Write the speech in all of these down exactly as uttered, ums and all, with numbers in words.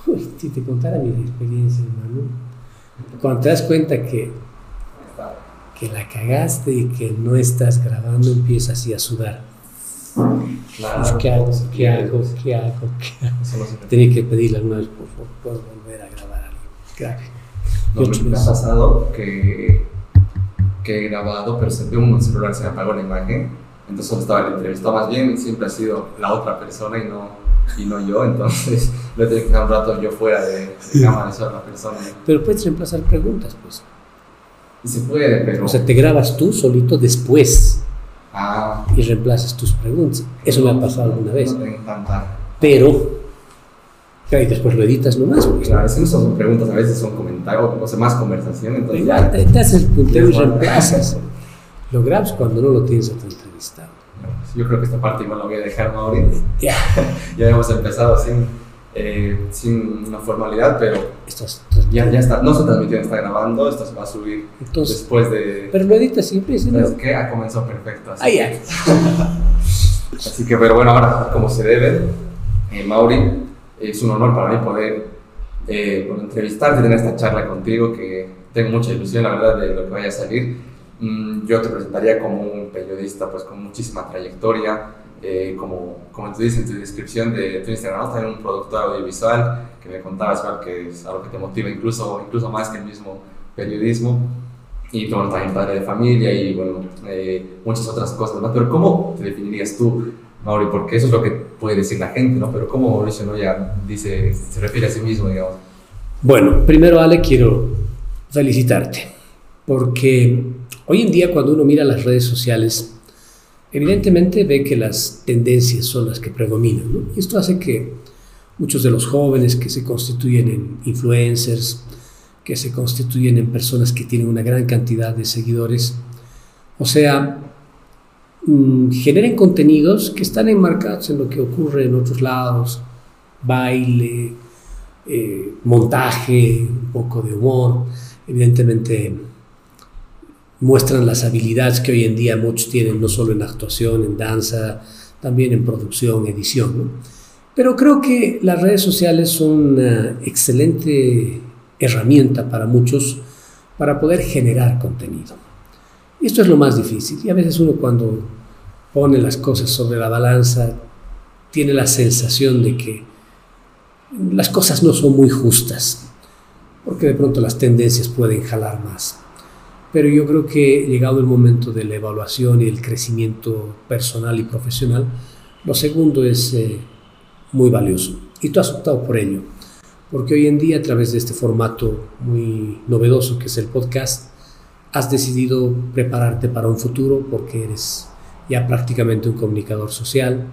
Uy, si te contara mi experiencia, hermano, cuando te das cuenta que, que la cagaste y que no estás grabando, empiezas así a sudar. Claro, Pues, ¿qué hago? sí, ¿Qué hago? sí. ¿Qué hago? ¿Qué hago? Eso no se Tenía que pedirle alguna vez, por favor, ¿puedo volver a grabar algo? Crack. No, Y ocho me ha veces. pasado que, que he grabado, pero se, de un celular se me apagó la imagen, entonces solo estaba el entrevistado. Más bien siempre ha sido la otra persona y no, y no yo, entonces lo he tenido que dejar un rato yo fuera de, de cámara y solo la persona. Pero puedes reemplazar preguntas, pues. Y se puede, pero... O sea, te grabas tú solito después ah, y reemplazas tus preguntas. Eso me ha pasado alguna vez. No tengo tanta... Pero, claro, y después lo editas nomás. Pues, Claro, es que no son preguntas, a veces son comentarios, o sea, más conversación, entonces igual ya... te, te haces el puntero y Igual. reemplazas. Lo grabas cuando no lo tienes a tu entrevistado. Yo creo que esta parte igual la voy a dejar, Mauri. Ya. Ya hemos empezado sin, eh, sin una formalidad, pero Estás, ya, ya está, no se transmitió, está grabando, esto se va a subir Entonces, después de... pero lo editas siempre. ¿Sí? ¿Sabes qué? Ha comenzado perfecto. Así, Ah, ya. así que, pero bueno, ahora como se debe, eh, Mauri, es un honor para mí poder eh, bueno, entrevistarte, tener esta charla contigo, que tengo mucha ilusión, la verdad, de lo que vaya a salir. Mm, yo te presentaría como un periodista pues con muchísima trayectoria, eh, como, como tú dices en tu descripción de tu Instagram, ¿no? También un productor audiovisual, que me contabas igual que es algo que te motiva incluso, incluso más que el mismo periodismo. Y bueno, también padre de familia y bueno, eh, muchas otras cosas más. Pero ¿cómo te definirías tú, Mauri? Porque eso es lo que puede decir la gente, ¿no? Pero ¿cómo Mauricio Noya dice, se refiere a sí mismo, digamos? Bueno, primero, Ale, quiero felicitarte. Porque hoy en día, cuando uno mira las redes sociales, evidentemente ve que las tendencias son las que predominan, ¿no? Y esto hace que muchos de los jóvenes que se constituyen en influencers, que se constituyen en personas que tienen una gran cantidad de seguidores, o sea, mmm, generen contenidos que están enmarcados en lo que ocurre en otros lados, baile, eh, montaje, un poco de humor, evidentemente muestran las habilidades que hoy en día muchos tienen, no solo en actuación, en danza, también en producción, edición, ¿no? Pero creo que las redes sociales son una excelente herramienta para muchos para poder generar contenido. Y esto es lo más difícil. Y a veces uno, cuando pone las cosas sobre la balanza, tiene la sensación de que las cosas no son muy justas, porque de pronto las tendencias pueden jalar más. Pero yo creo que llegado el momento de la evaluación y el crecimiento personal y profesional, lo segundo es eh, muy valioso. Y tú has optado por ello, porque hoy en día, a través de este formato muy novedoso que es el podcast, has decidido prepararte para un futuro, porque eres ya prácticamente un comunicador social.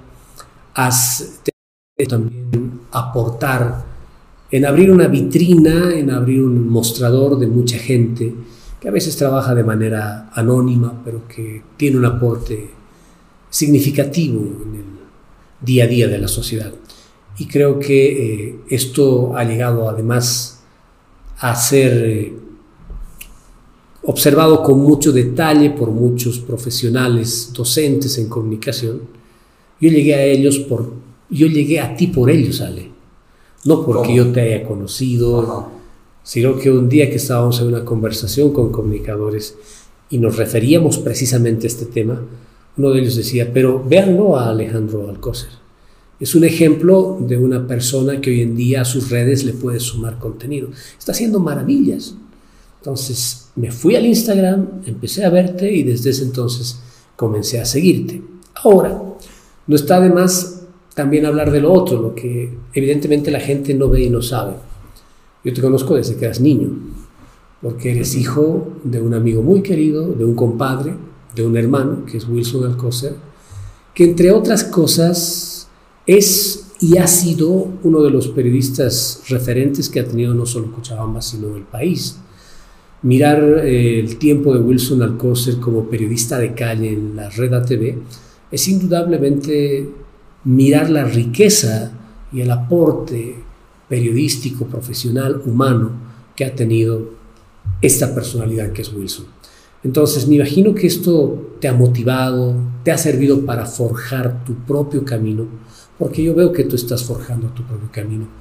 Has tenido también aportar en abrir una vitrina, en abrir un mostrador de mucha gente que a veces trabaja de manera anónima, pero que tiene un aporte significativo en el día a día de la sociedad. Y creo que eh, esto ha llegado además a ser eh, observado con mucho detalle por muchos profesionales, docentes en comunicación. Yo llegué a ellos por, yo llegué a ti por ellos, Ale. No porque ¿Cómo? yo te haya conocido, Ajá. sino que un día que estábamos en una conversación con comunicadores y nos referíamos precisamente a este tema, uno de ellos decía, pero véanlo a Alejandro Alcócer. Es un ejemplo de una persona que hoy en día a sus redes le puede sumar contenido. Está haciendo maravillas. Entonces me fui al Instagram, empecé a verte y desde ese entonces comencé a seguirte. Ahora, no está de más también hablar de lo otro, lo que evidentemente la gente no ve y no sabe. Yo te conozco desde que eras niño, porque eres hijo de un amigo muy querido, de un compadre, de un hermano, que es Wilson Alcócer, que entre otras cosas es y ha sido uno de los periodistas referentes que ha tenido no solo Cochabamba, sino el país. Mirar eh, el tiempo de Wilson Alcócer como periodista de calle en la Red A T V es indudablemente mirar la riqueza y el aporte periodístico, profesional, humano que ha tenido esta personalidad que es Wilson. Entonces me imagino que esto te ha motivado, te ha servido para forjar tu propio camino, porque yo veo que tú estás forjando tu propio camino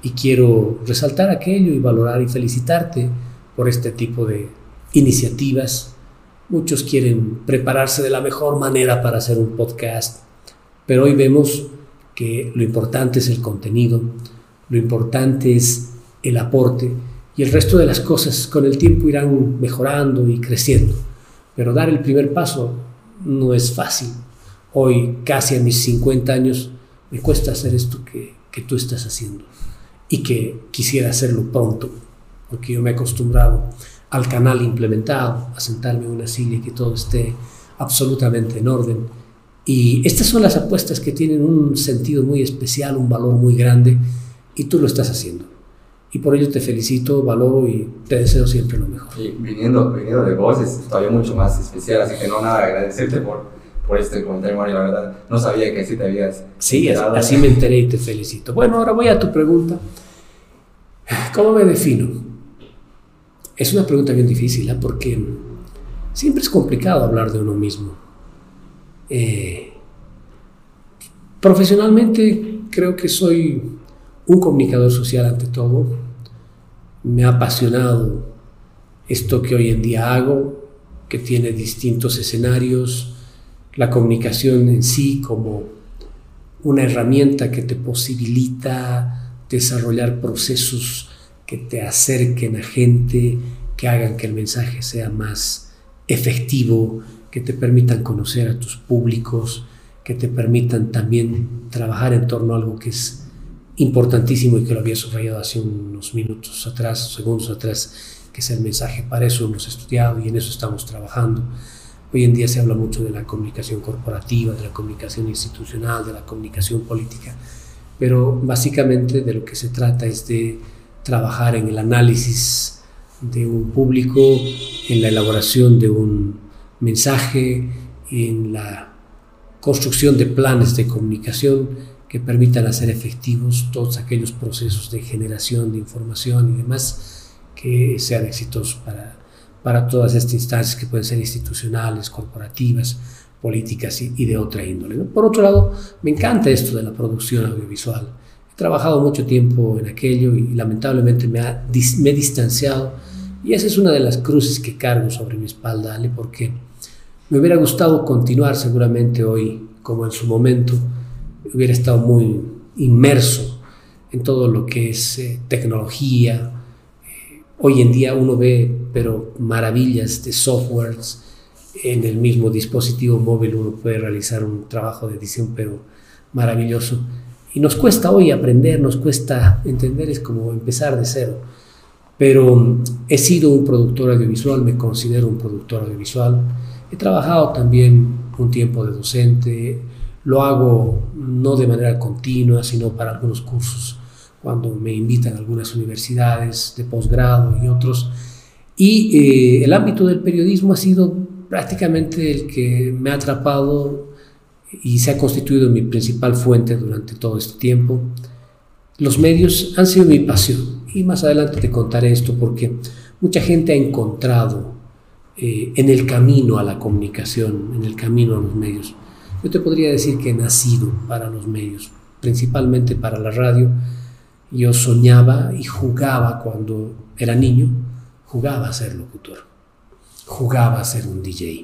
y quiero resaltar aquello y valorar y felicitarte por este tipo de iniciativas. Muchos quieren prepararse de la mejor manera para hacer un podcast, pero hoy vemos que lo importante es el contenido, lo importante es el aporte, y el resto de las cosas con el tiempo irán mejorando y creciendo. Pero dar el primer paso no es fácil. Hoy, casi a mis cincuenta años, me cuesta hacer esto que, que tú estás haciendo, y que quisiera hacerlo pronto, porque yo me he acostumbrado al canal implementado, a sentarme en una silla y que todo esté absolutamente en orden. Y estas son las apuestas que tienen un sentido muy especial, un valor muy grande, y tú lo estás haciendo. Y por ello te felicito, valoro y te deseo siempre lo mejor. Y viniendo, viniendo de vos es todavía mucho más especial, así que no nada, agradecerte por, por este comentario, Mario. La verdad, no sabía que así te habías... Sí, así, así me enteré y te felicito. Bueno, ahora voy a tu pregunta. ¿Cómo me defino? Es una pregunta bien difícil, ¿eh? Porque siempre es complicado hablar de uno mismo. Eh, profesionalmente creo que soy un comunicador social ante todo. Me ha apasionado esto que hoy en día hago, que tiene distintos escenarios, la comunicación en sí como una herramienta que te posibilita desarrollar procesos que te acerquen a gente, que hagan que el mensaje sea más efectivo, que te permitan conocer a tus públicos, que te permitan también trabajar en torno a algo que es importantísimo y que lo había subrayado hace unos minutos atrás, segundos atrás, que es el mensaje. Para eso hemos estudiado y en eso estamos trabajando. Hoy en día se habla mucho de la comunicación corporativa, de la comunicación institucional, de la comunicación política, pero básicamente de lo que se trata es de trabajar en el análisis de un público, en la elaboración de un mensaje, en la construcción de planes de comunicación que permitan hacer efectivos todos aquellos procesos de generación de información y demás que sean exitosos para, para todas estas instancias que pueden ser institucionales, corporativas, políticas y, y de otra índole, ¿no? Por otro lado, me encanta esto de la producción audiovisual. He trabajado mucho tiempo en aquello y lamentablemente me, ha, me he distanciado, y esa es una de las cruces que cargo sobre mi espalda, Ale, porque me hubiera gustado continuar seguramente hoy, como en su momento, hubiera estado muy inmerso en todo lo que es eh, tecnología. Eh, hoy en día uno ve, pero maravillas de softwares. En el mismo dispositivo móvil uno puede realizar un trabajo de edición, pero maravilloso. Y nos cuesta hoy aprender, nos cuesta entender, es como empezar de cero. Pero he sido un productor audiovisual, me considero un productor audiovisual. He trabajado también un tiempo de docente. Lo hago no de manera continua, sino para algunos cursos, cuando me invitan a algunas universidades de posgrado y otros. Y eh, el ámbito del periodismo ha sido prácticamente el que me ha atrapado y se ha constituido mi principal fuente durante todo este tiempo. Los medios han sido mi pasión, y más adelante te contaré esto porque mucha gente ha encontrado eh, en el camino a la comunicación, en el camino a los medios. Yo te podría decir que he nacido para los medios, principalmente para la radio. Yo soñaba y jugaba cuando era niño, jugaba a ser locutor, jugaba a ser un D J.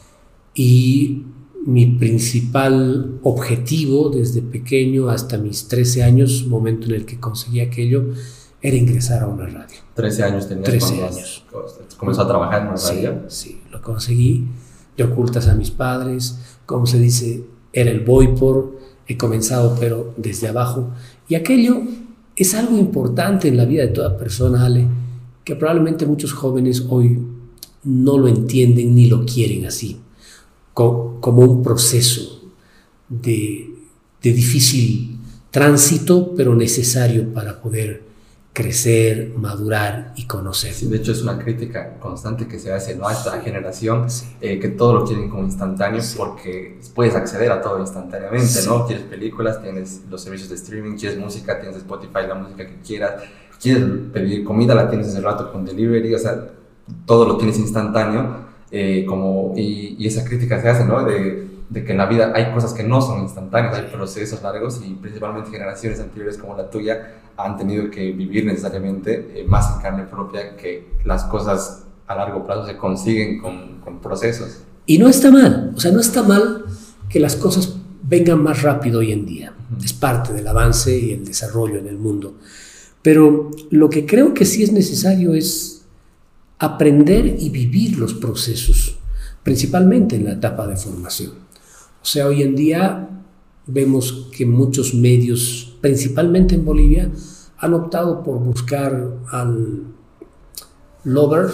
Y mi principal objetivo desde pequeño hasta mis trece años, momento en el que conseguí aquello, era ingresar a una radio. trece años tenías trece cuando años. Comenzó a trabajar en una radio. Sí, sí, lo conseguí. De ocultas a mis padres, como se dice, era el voy por, he comenzado pero desde abajo. Y aquello es algo importante en la vida de toda persona, Ale, que probablemente muchos jóvenes hoy no lo entienden ni lo quieren así, como, como un proceso de, de difícil tránsito, pero necesario para poder crecer, madurar y conocer. Sí, de hecho es una crítica constante que se hace, ¿no?, a esta generación, sí. eh, que todo lo quieren como instantáneo, sí. porque puedes acceder a todo instantáneamente, sí. ¿no? Quieres películas, tienes los servicios de streaming, quieres música, tienes Spotify, la música que quieras, quieres pedir comida, la tienes hace rato con delivery, o sea, todo lo tienes instantáneo, eh, como, y, y esa crítica se hace, ¿no?, de de que en la vida hay cosas que no son instantáneas, hay procesos largos y principalmente generaciones anteriores como la tuya han tenido que vivir necesariamente eh, más en carne propia, que las cosas a largo plazo se consiguen con, con procesos. Y no está mal, o sea, no está mal que las cosas vengan más rápido hoy en día. Uh-huh. Es parte del avance y el desarrollo en el mundo. Pero lo que creo que sí es necesario es aprender y vivir los procesos, principalmente en la etapa de formación. O sea, hoy en día vemos que muchos medios, principalmente en Bolivia, han optado por buscar al lover,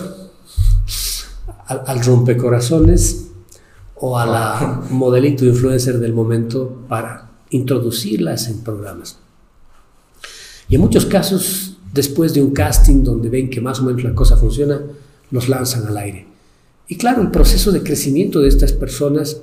al, al rompecorazones o a la modelito influencer del momento para introducirlas en programas. Y en muchos casos, después de un casting donde ven que más o menos la cosa funciona, los lanzan al aire. Y claro, el proceso de crecimiento de estas personas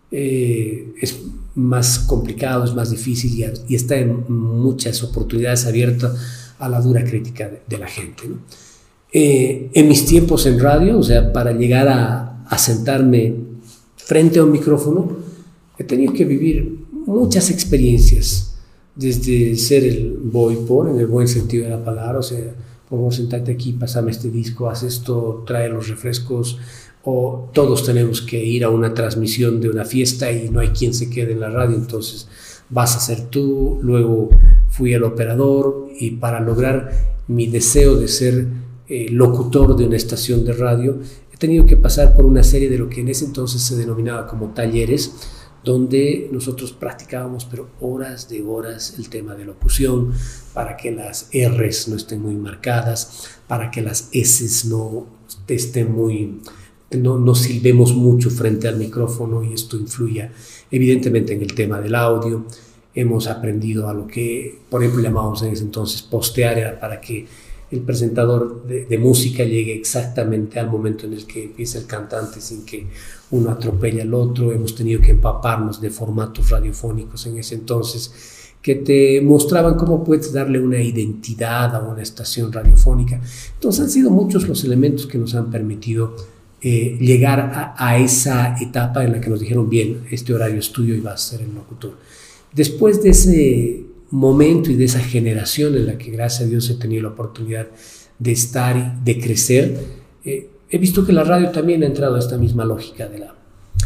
eh, es más complicado, es más difícil y, y está en muchas oportunidades abiertas a la dura crítica de, de la gente, ¿no? Eh, en mis tiempos en radio, o sea, para llegar a, a sentarme frente a un micrófono, he tenido que vivir muchas experiencias, desde ser el boy por, en el buen sentido de la palabra, o sea, por favor, sentate aquí, pásame este disco, haz esto, trae los refrescos, o todos tenemos que ir a una transmisión de una fiesta y no hay quien se quede en la radio, entonces vas a ser tú. Luego fui el operador y para lograr mi deseo de ser eh, locutor de una estación de radio, he tenido que pasar por una serie de lo que en ese entonces se denominaba como talleres, donde nosotros practicábamos, pero horas de horas, el tema de locución, para que las R's no estén muy marcadas, para que las S's no estén muy, no, no silbemos mucho frente al micrófono y esto influya evidentemente en el tema del audio. Hemos aprendido a lo que, por ejemplo, llamábamos en ese entonces postear, era para que el presentador de, de música llegue exactamente al momento en el que empieza el cantante sin que uno atropelle al otro. Hemos tenido que empaparnos de formatos radiofónicos en ese entonces que te mostraban cómo puedes darle una identidad a una estación radiofónica. Entonces han sido muchos los elementos que nos han permitido eh, llegar a, a esa etapa en la que nos dijeron, bien, este horario es tuyo y vas a ser el locutor. Después de ese momento y de esa generación en la que gracias a Dios he tenido la oportunidad de estar y de crecer, eh, he visto que la radio también ha entrado a esta misma lógica de la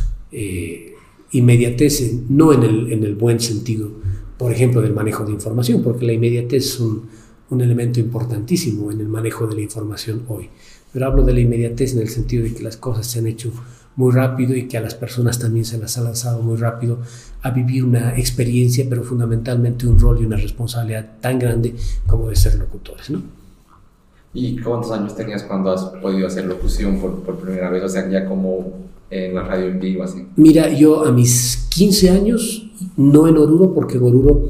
eh, inmediatez, no en el, en el buen sentido, por ejemplo, del manejo de información, porque la inmediatez es un, un elemento importantísimo en el manejo de la información hoy. Pero hablo de la inmediatez en el sentido de que las cosas se han hecho muy rápido y que a las personas también se las ha lanzado muy rápido a vivir una experiencia, pero fundamentalmente un rol y una responsabilidad tan grande como de ser locutores, ¿no? ¿Y cuántos años tenías cuando has podido hacer locución por, por primera vez? O sea, ya como en la radio en vivo, así. Mira, yo a mis quince años, no en Oruro, porque en Oruro,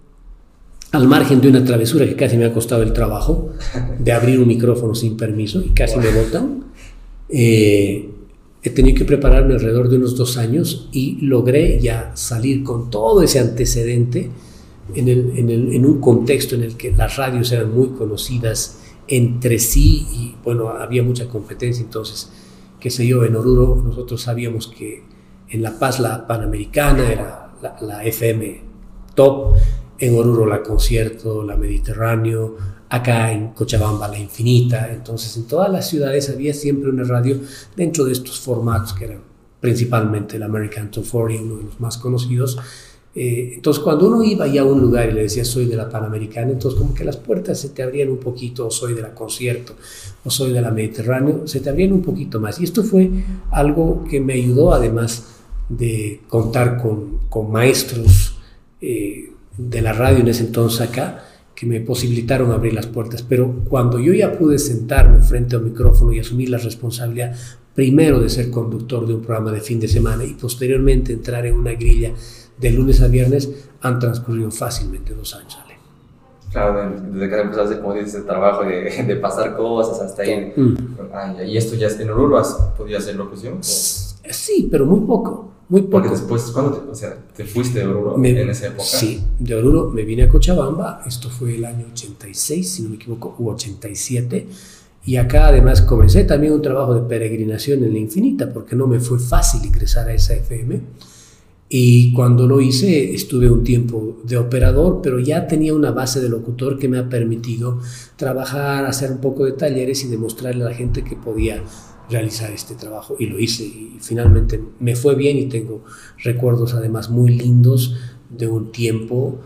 al margen de una travesura que casi me ha costado el trabajo, de abrir un micrófono sin permiso y casi me botan, eh, he tenido que prepararme alrededor de unos dos años y logré ya salir con todo ese antecedente en, el, en, el, en un contexto en el que las radios eran muy conocidas entre sí y bueno, había mucha competencia. Entonces, qué sé yo, en Oruro nosotros sabíamos que en La Paz la Panamericana era la, la F M top, en Oruro la Concierto, la Mediterráneo, acá en Cochabamba la Infinita. Entonces en todas las ciudades había siempre una radio dentro de estos formatos que eran principalmente el American Top cuarenta, uno de los más conocidos. Eh, entonces cuando uno iba ya a un lugar y le decía soy de la Panamericana, entonces como que las puertas se te abrían un poquito, o soy de la Concierto, o soy de la Mediterráneo, se te abrían un poquito más. Y esto fue algo que me ayudó, además de contar con, con maestros eh, de la radio en ese entonces acá, que me posibilitaron abrir las puertas. Pero cuando yo ya pude sentarme frente a un micrófono y asumir la responsabilidad primero de ser conductor de un programa de fin de semana y posteriormente entrar en una grilla de lunes a viernes, han transcurrido fácilmente dos años, Ale. Claro, desde que empezaste, como dices, el trabajo de, de pasar cosas hasta ahí. Mm. Ay, ¿y esto ya es en Oruro? ¿Has podido hacer locución? Sí, pero muy poco. Muy poco. Porque después, ¿cuándo te, o sea, te fuiste de Oruro me, en esa época? Sí, de Oruro me vine a Cochabamba, esto fue el año ochenta y seis, si no me equivoco, u ochenta y siete, y acá además comencé también un trabajo de peregrinación en la Infinita, porque no me fue fácil ingresar a esa F M, Y cuando lo hice estuve un tiempo de operador, pero ya tenía una base de locutor que me ha permitido trabajar, hacer un poco de talleres y demostrarle a la gente que podía realizar este trabajo, y lo hice y finalmente me fue bien, y tengo recuerdos además muy lindos de un tiempo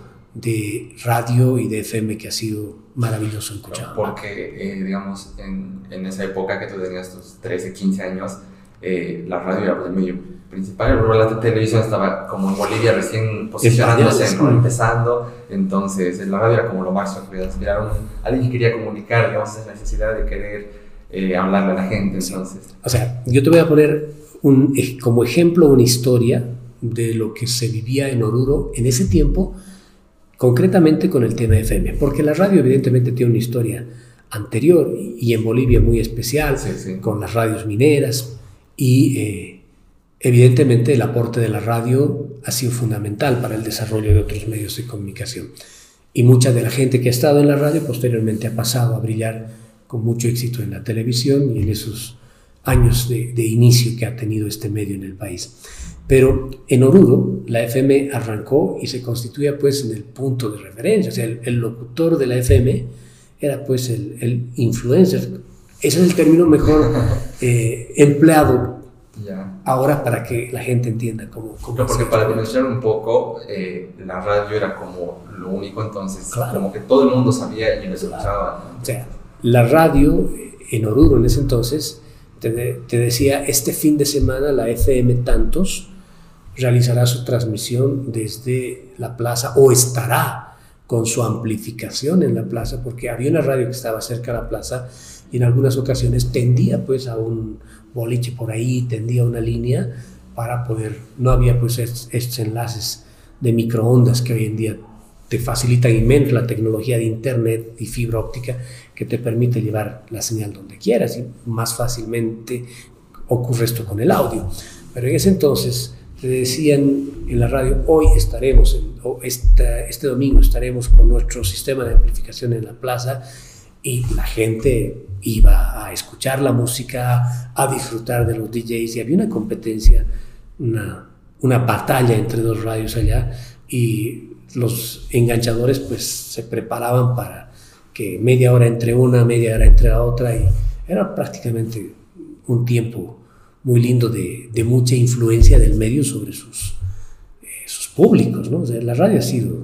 de radio y de F M que ha sido maravilloso en Cochabamba. Porque, eh, digamos, en, en esa época que tú tenías tus trece, quince años, eh, la radio era el medio principal, pero la televisión estaba como en Bolivia recién posicionándose, ¿no? Empezando, entonces la radio era como lo máximo que podía inspirar a alguien que quería comunicar, digamos, esa necesidad de querer eh, hablarle a la gente, entonces. O sea, yo te voy a poner un, como ejemplo una historia de lo que se vivía en Oruro en ese tiempo, concretamente con el tema F M, porque la radio evidentemente tiene una historia anterior y en Bolivia muy especial, sí, sí. con las radios mineras, y eh, evidentemente el aporte de la radio ha sido fundamental para el desarrollo de otros medios de comunicación, y mucha de la gente que ha estado en la radio posteriormente ha pasado a brillar con mucho éxito en la televisión y en esos años de, de inicio que ha tenido este medio en el país. Pero en Oruro la F M arrancó y se constituía pues en el punto de referencia, o sea, el, el locutor de la F M era pues el, el influencer. Ese es el término mejor eh, empleado ya. ahora para que la gente entienda cómo... cómo no, porque para dimensionar un poco, eh, la radio era como lo único, entonces claro. como que todo el mundo sabía y lo escuchaba. Claro. O sea, la radio en Oruro en ese entonces te, de, te decía, este fin de semana la F M tantos realizará su transmisión desde la plaza, o estará con su amplificación en la plaza, porque había una radio que estaba cerca de la plaza y en algunas ocasiones tendía pues a un boliche por ahí, tendía una línea para poder, no había pues estos enlaces de microondas que hoy en día te facilitan inmenso la tecnología de internet y fibra óptica, que te permite llevar la señal donde quieras, y más fácilmente ocurre esto con el audio. Pero en ese entonces te decían en la radio, hoy estaremos, en, o esta, este domingo estaremos con nuestro sistema de amplificación en la plaza, y la gente iba a escuchar la música, a disfrutar de los D Js, y había una competencia, una, una batalla entre dos radios allá, y los enganchadores pues se preparaban para que media hora entre una, media hora entre la otra, y era prácticamente un tiempo muy lindo de, de mucha influencia del medio sobre sus, eh, sus públicos, ¿no? O sea, la radio ha sido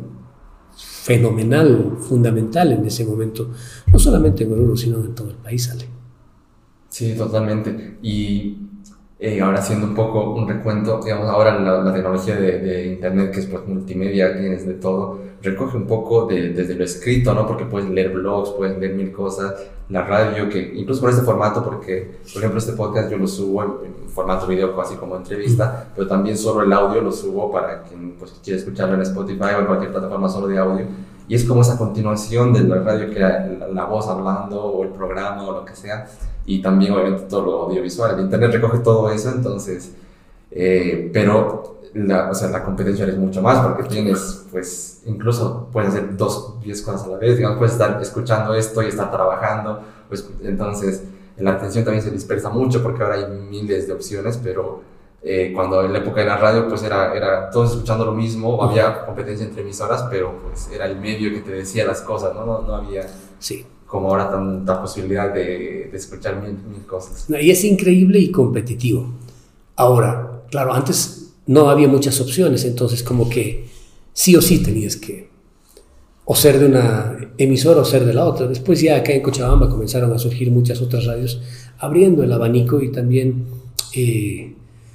fenomenal, fundamental en ese momento, no solamente en Oruro, sino en todo el país, Ale. Sí, totalmente. Y eh, ahora haciendo un poco un recuento, digamos, ahora la, la tecnología de, de internet, que es pues multimedia, tienes de todo, recoge un poco de, desde lo escrito, ¿no? Porque puedes leer blogs, puedes leer mil cosas, la radio, que incluso por este formato, porque, por ejemplo, este podcast yo lo subo en, en formato video, así como entrevista, pero también solo el audio lo subo para quien pues, quiera escucharlo en Spotify o en cualquier plataforma solo de audio, y es como esa continuación de la radio, que era la, la voz hablando, o el programa, o lo que sea, y también obviamente todo lo audiovisual. El internet recoge todo eso, entonces, eh, pero la, o sea, la competencia es mucho más, porque tienes, pues, incluso puedes hacer dos, diez cosas a la vez, digamos, puedes estar escuchando esto y estar trabajando, pues, entonces la atención también se dispersa mucho, porque ahora hay miles de opciones, pero eh, cuando en la época de la radio, pues era, era todos escuchando lo mismo, había competencia entre emisoras, pero pues era el medio que te decía las cosas, no, no, no había... Sí. Como ahora tanta posibilidad de, de escuchar mil, mil cosas. No, y es increíble y competitivo. Ahora, claro, antes no había muchas opciones, entonces como que sí o sí tenías que o ser de una emisora o ser de la otra. Después ya acá en Cochabamba comenzaron a surgir muchas otras radios, abriendo el abanico y también eh,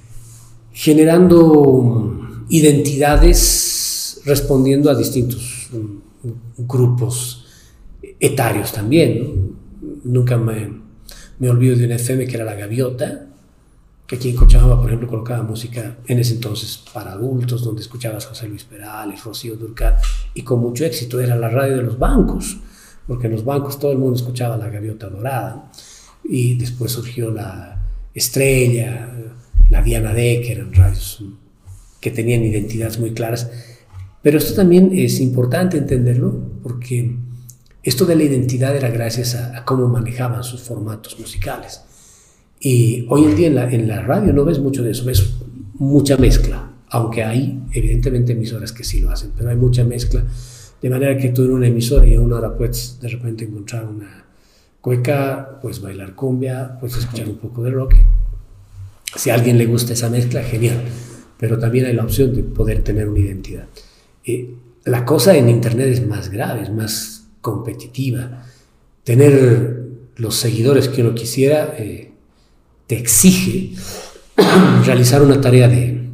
generando identidades, respondiendo a distintos um, grupos etarios también, ¿no? Nunca me, me olvido de una F M que era La Gaviota, que aquí en Cochabamba, por ejemplo, colocaba música en ese entonces para adultos, donde escuchabas a José Luis Perales, Rocío Dúrcal, y con mucho éxito. Era la radio de los bancos, porque en los bancos todo el mundo escuchaba La Gaviota Dorada, y después surgió La Estrella, la Diana D, que eran radios que tenían identidades muy claras. Pero esto también es importante entenderlo, porque esto de la identidad era gracias a, a cómo manejaban sus formatos musicales. Y hoy en día en la, en la radio no ves mucho de eso, ves mucha mezcla. aunque hay evidentemente emisoras que sí lo hacen, pero hay mucha mezcla, de manera que tú en una emisora y en una hora puedes de repente encontrar una cueca, puedes bailar cumbia, puedes escuchar un poco de rock. Si a alguien le gusta esa mezcla, genial, pero también hay la opción de poder tener una identidad. Eh, la cosa en internet es más grave, es más competitiva. Tener los seguidores que uno quisiera eh, te exige realizar una tarea de,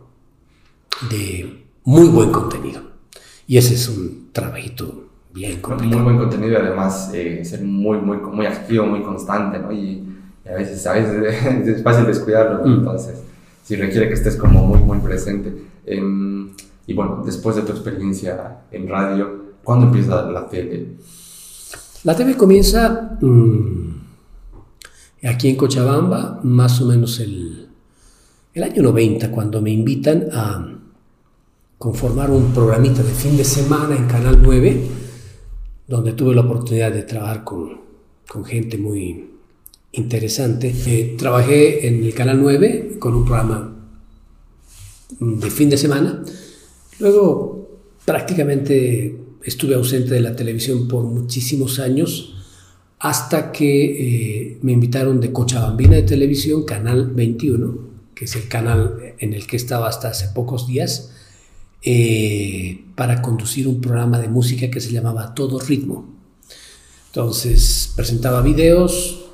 de muy buen contenido, y ese es un trabajito bien complicado. Muy buen contenido y además eh, ser muy, muy, muy activo, muy constante, ¿no? Y, y a veces, a veces es fácil descuidarlo, ¿no? Mm. Entonces sí requiere que estés como muy, muy presente. Eh, y bueno, después de tu experiencia en radio, ¿cuándo empieza la tele? La T V comienza mmm, aquí en Cochabamba, más o menos el, el año noventa, cuando me invitan a conformar un programita de fin de semana en Canal nueve, donde tuve la oportunidad de trabajar con, con gente muy interesante. Eh, trabajé en el Canal nueve con un programa de fin de semana. Luego prácticamente estuve ausente de la televisión por muchísimos años, hasta que eh, me invitaron de Cochabambina de Televisión, Canal veintiuno, que es el canal en el que estaba hasta hace pocos días, eh, para conducir un programa de música que se llamaba Todo Ritmo. Entonces presentaba videos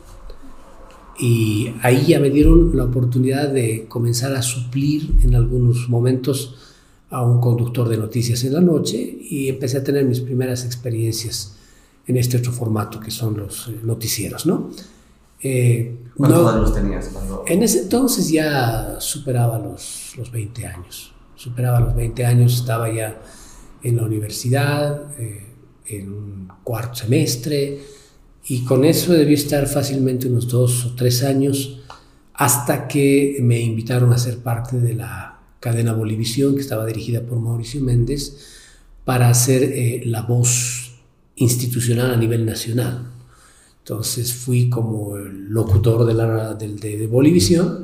y ahí ya me dieron la oportunidad de comenzar a suplir en algunos momentos a un conductor de noticias en la noche, y empecé a tener mis primeras experiencias en este otro formato que son los eh, noticieros, ¿no? Eh, ¿Cuántos no, años tenías cuando...? En ese entonces ya superaba los, los veinte años. Superaba los veinte años, estaba ya en la universidad, eh, en un cuarto semestre, y con eso debí estar fácilmente unos dos o tres años, hasta que me invitaron a ser parte de la cadena Bolivisión, que estaba dirigida por Mauricio Méndez, para hacer eh, la voz institucional a nivel nacional. Entonces fui como el locutor de, la, de, de, de Bolivisión,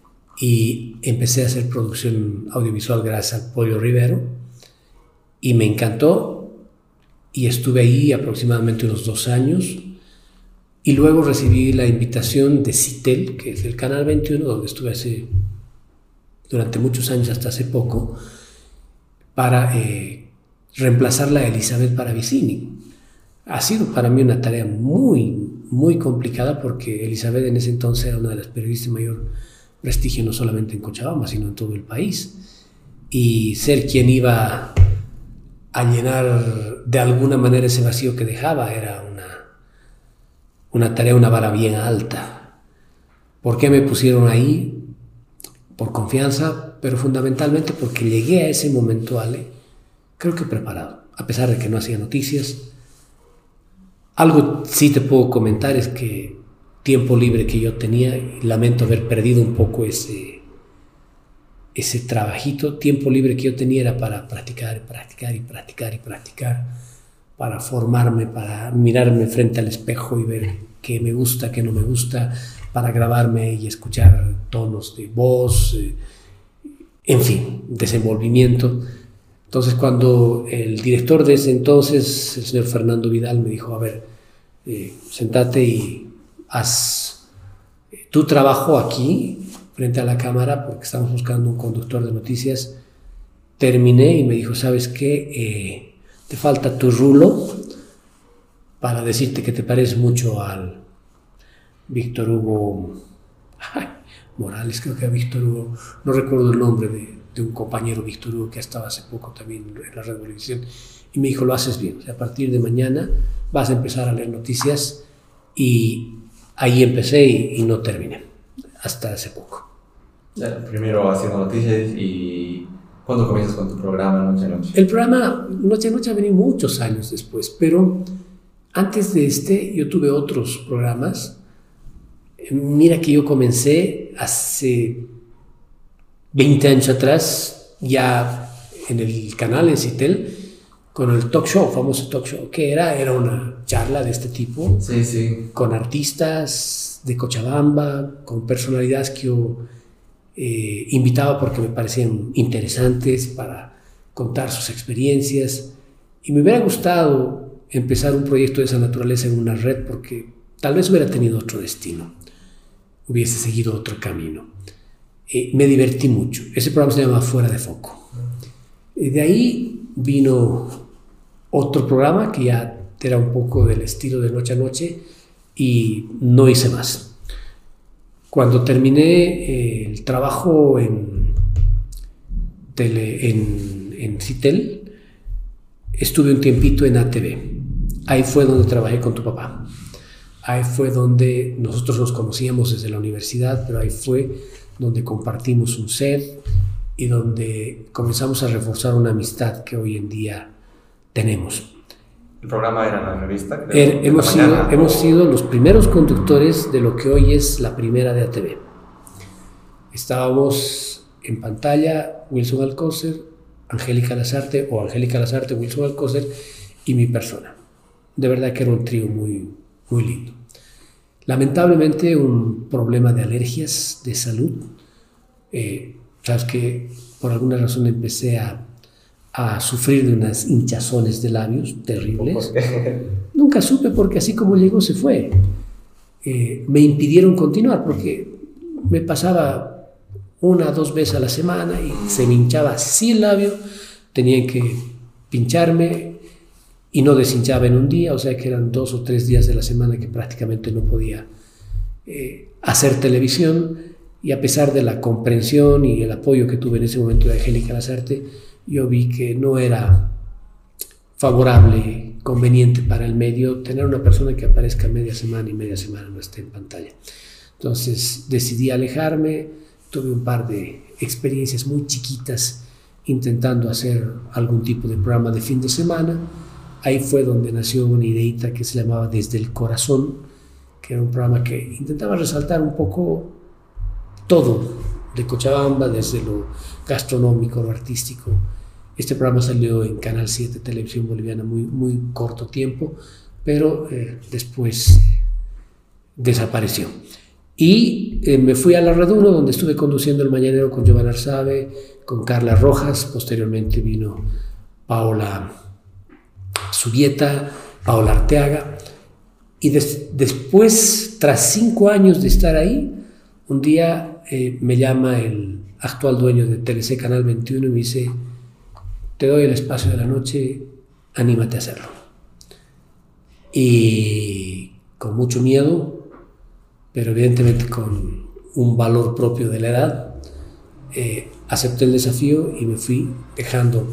y empecé a hacer producción audiovisual gracias al Pollo Rivero, y me encantó, y estuve ahí aproximadamente unos dos años, y luego recibí la invitación de Citel, que es el Canal veintiuno, donde estuve hace durante muchos años, hasta hace poco, para eh, reemplazarla a Elizabeth Paravicini. Ha sido para mí una tarea muy, muy complicada, porque Elizabeth en ese entonces era una de las periodistas de mayor prestigio, no solamente en Cochabamba, sino en todo el país. Y ser quien iba a llenar de alguna manera ese vacío que dejaba era una, una tarea, una vara bien alta. ¿Por qué me pusieron ahí? Por confianza, pero fundamentalmente porque llegué a ese momento, Ale, creo que preparado, a pesar de que no hacía noticias. Algo sí te puedo comentar es que tiempo libre que yo tenía, y lamento haber perdido un poco ese, ese trabajito, tiempo libre que yo tenía era para practicar, practicar y practicar y practicar, para formarme, para mirarme frente al espejo y ver qué me gusta, qué no me gusta, para grabarme y escuchar tonos de voz, eh, en fin, desenvolvimiento. Entonces, cuando el director de ese entonces, el señor Fernando Vidal, me dijo, a ver, eh, sentate y haz tu trabajo aquí, frente a la cámara, porque estamos buscando un conductor de noticias, terminé y me dijo, ¿sabes qué? Eh, te falta tu rulo para decirte que te pareces mucho al Víctor Hugo ay, Morales, creo que a Víctor Hugo, no recuerdo el nombre de, de un compañero Víctor Hugo que estaba hace poco también en la Red Bolivisión, y me dijo, lo haces bien, o sea, a partir de mañana vas a empezar a leer noticias, y ahí empecé y, y no terminé, hasta hace poco. Ya, primero haciendo noticias, y ¿cuándo comienzas con tu programa Noche a Noche? El programa Noche a Noche ha venido muchos años después, pero antes de este yo tuve otros programas. Mira que yo comencé hace veinte años atrás, ya en el canal, en Citel, con el talk show, famoso talk show, que era, era una charla de este tipo, sí, sí. Con artistas de Cochabamba, con personalidades que yo eh, invitaba porque me parecían interesantes para contar sus experiencias, y me hubiera gustado empezar un proyecto de esa naturaleza en una red porque tal vez hubiera tenido otro destino, hubiese seguido otro camino. Eh, me divertí mucho. Ese programa se llama Fuera de Foco. Eh, de ahí vino otro programa que ya era un poco del estilo de Noche a Noche y no hice más. Cuando terminé eh, el trabajo en, tele, en, en Citel, estuve un tiempito en A T V. Ahí fue donde trabajé con tu papá. Ahí fue donde nosotros nos conocíamos desde la universidad, pero ahí fue donde compartimos un set y donde comenzamos a reforzar una amistad que hoy en día tenemos. ¿El programa era la revista? Er, hemos, sido, hemos sido los primeros conductores de lo que hoy es la primera de A T V. Estábamos en pantalla Wilson Alcócer, Angélica Lazarte, o Angélica Lazarte, Wilson Alcócer y mi persona. De verdad que era un trío muy, muy lindo. Lamentablemente un problema de alergias, de salud. Eh, sabes que por alguna razón empecé a, a sufrir de unas hinchazones de labios terribles. Nunca supe porque así como llegó se fue. Eh, me impidieron continuar porque me pasaba una o dos veces a la semana y se me hinchaba así el labio. Tenían que pincharme y no deshinchaba en un día, o sea que eran dos o tres días de la semana que prácticamente no podía eh, hacer televisión, y a pesar de la comprensión y el apoyo que tuve en ese momento de Angélica Lazarte, yo vi que no era favorable, conveniente para el medio tener una persona que aparezca media semana y media semana no esté en pantalla. Entonces decidí alejarme, tuve un par de experiencias muy chiquitas intentando hacer algún tipo de programa de fin de semana. Ahí fue donde nació una ideita que se llamaba Desde el Corazón, que era un programa que intentaba resaltar un poco todo de Cochabamba, desde lo gastronómico, lo artístico. Este programa salió en Canal siete, Televisión Boliviana, muy, muy corto tiempo, pero eh, después desapareció. Y eh, me fui a La Red uno, donde estuve conduciendo el Mañanero con Giovanna Arzabe, con Carla Rojas. Posteriormente vino Paola Subieta, Paola Arteaga, y des, después, tras cinco años de estar ahí, un día eh, me llama el actual dueño de T L C Canal veintiuno y me dice: te doy el espacio de la noche, anímate a hacerlo. Y con mucho miedo, pero evidentemente con un valor propio de la edad, eh, acepté el desafío y me fui dejando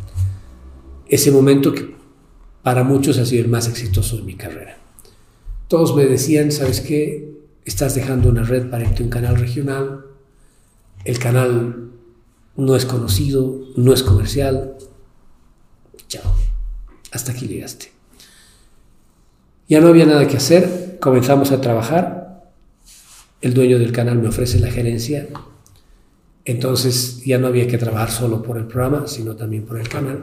ese momento que para muchos ha sido el más exitoso de mi carrera. Todos me decían: ¿sabes qué? Estás dejando una red para irte a un canal regional. El canal no es conocido, no es comercial. Chao. Hasta aquí llegaste. Ya no había nada que hacer. Comenzamos a trabajar. El dueño del canal me ofrece la gerencia. Entonces ya no había que trabajar solo por el programa, sino también por el canal.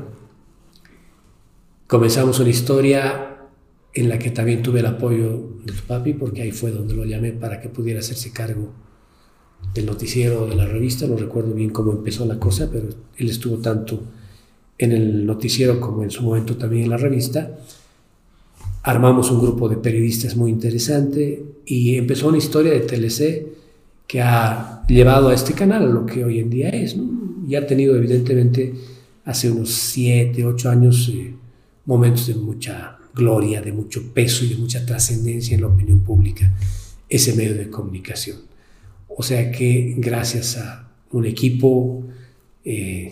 Comenzamos una historia en la que también tuve el apoyo de tu papi, porque ahí fue donde lo llamé para que pudiera hacerse cargo del noticiero o de la revista. No recuerdo bien cómo empezó la cosa, pero él estuvo tanto en el noticiero como en su momento también en la revista. Armamos un grupo de periodistas muy interesante y empezó una historia de T L C que ha llevado a este canal a lo que hoy en día es, ¿no? Y ha tenido evidentemente hace unos siete, ocho años eh, momentos de mucha gloria, de mucho peso y de mucha trascendencia en la opinión pública, ese medio de comunicación. O sea que gracias a un equipo eh,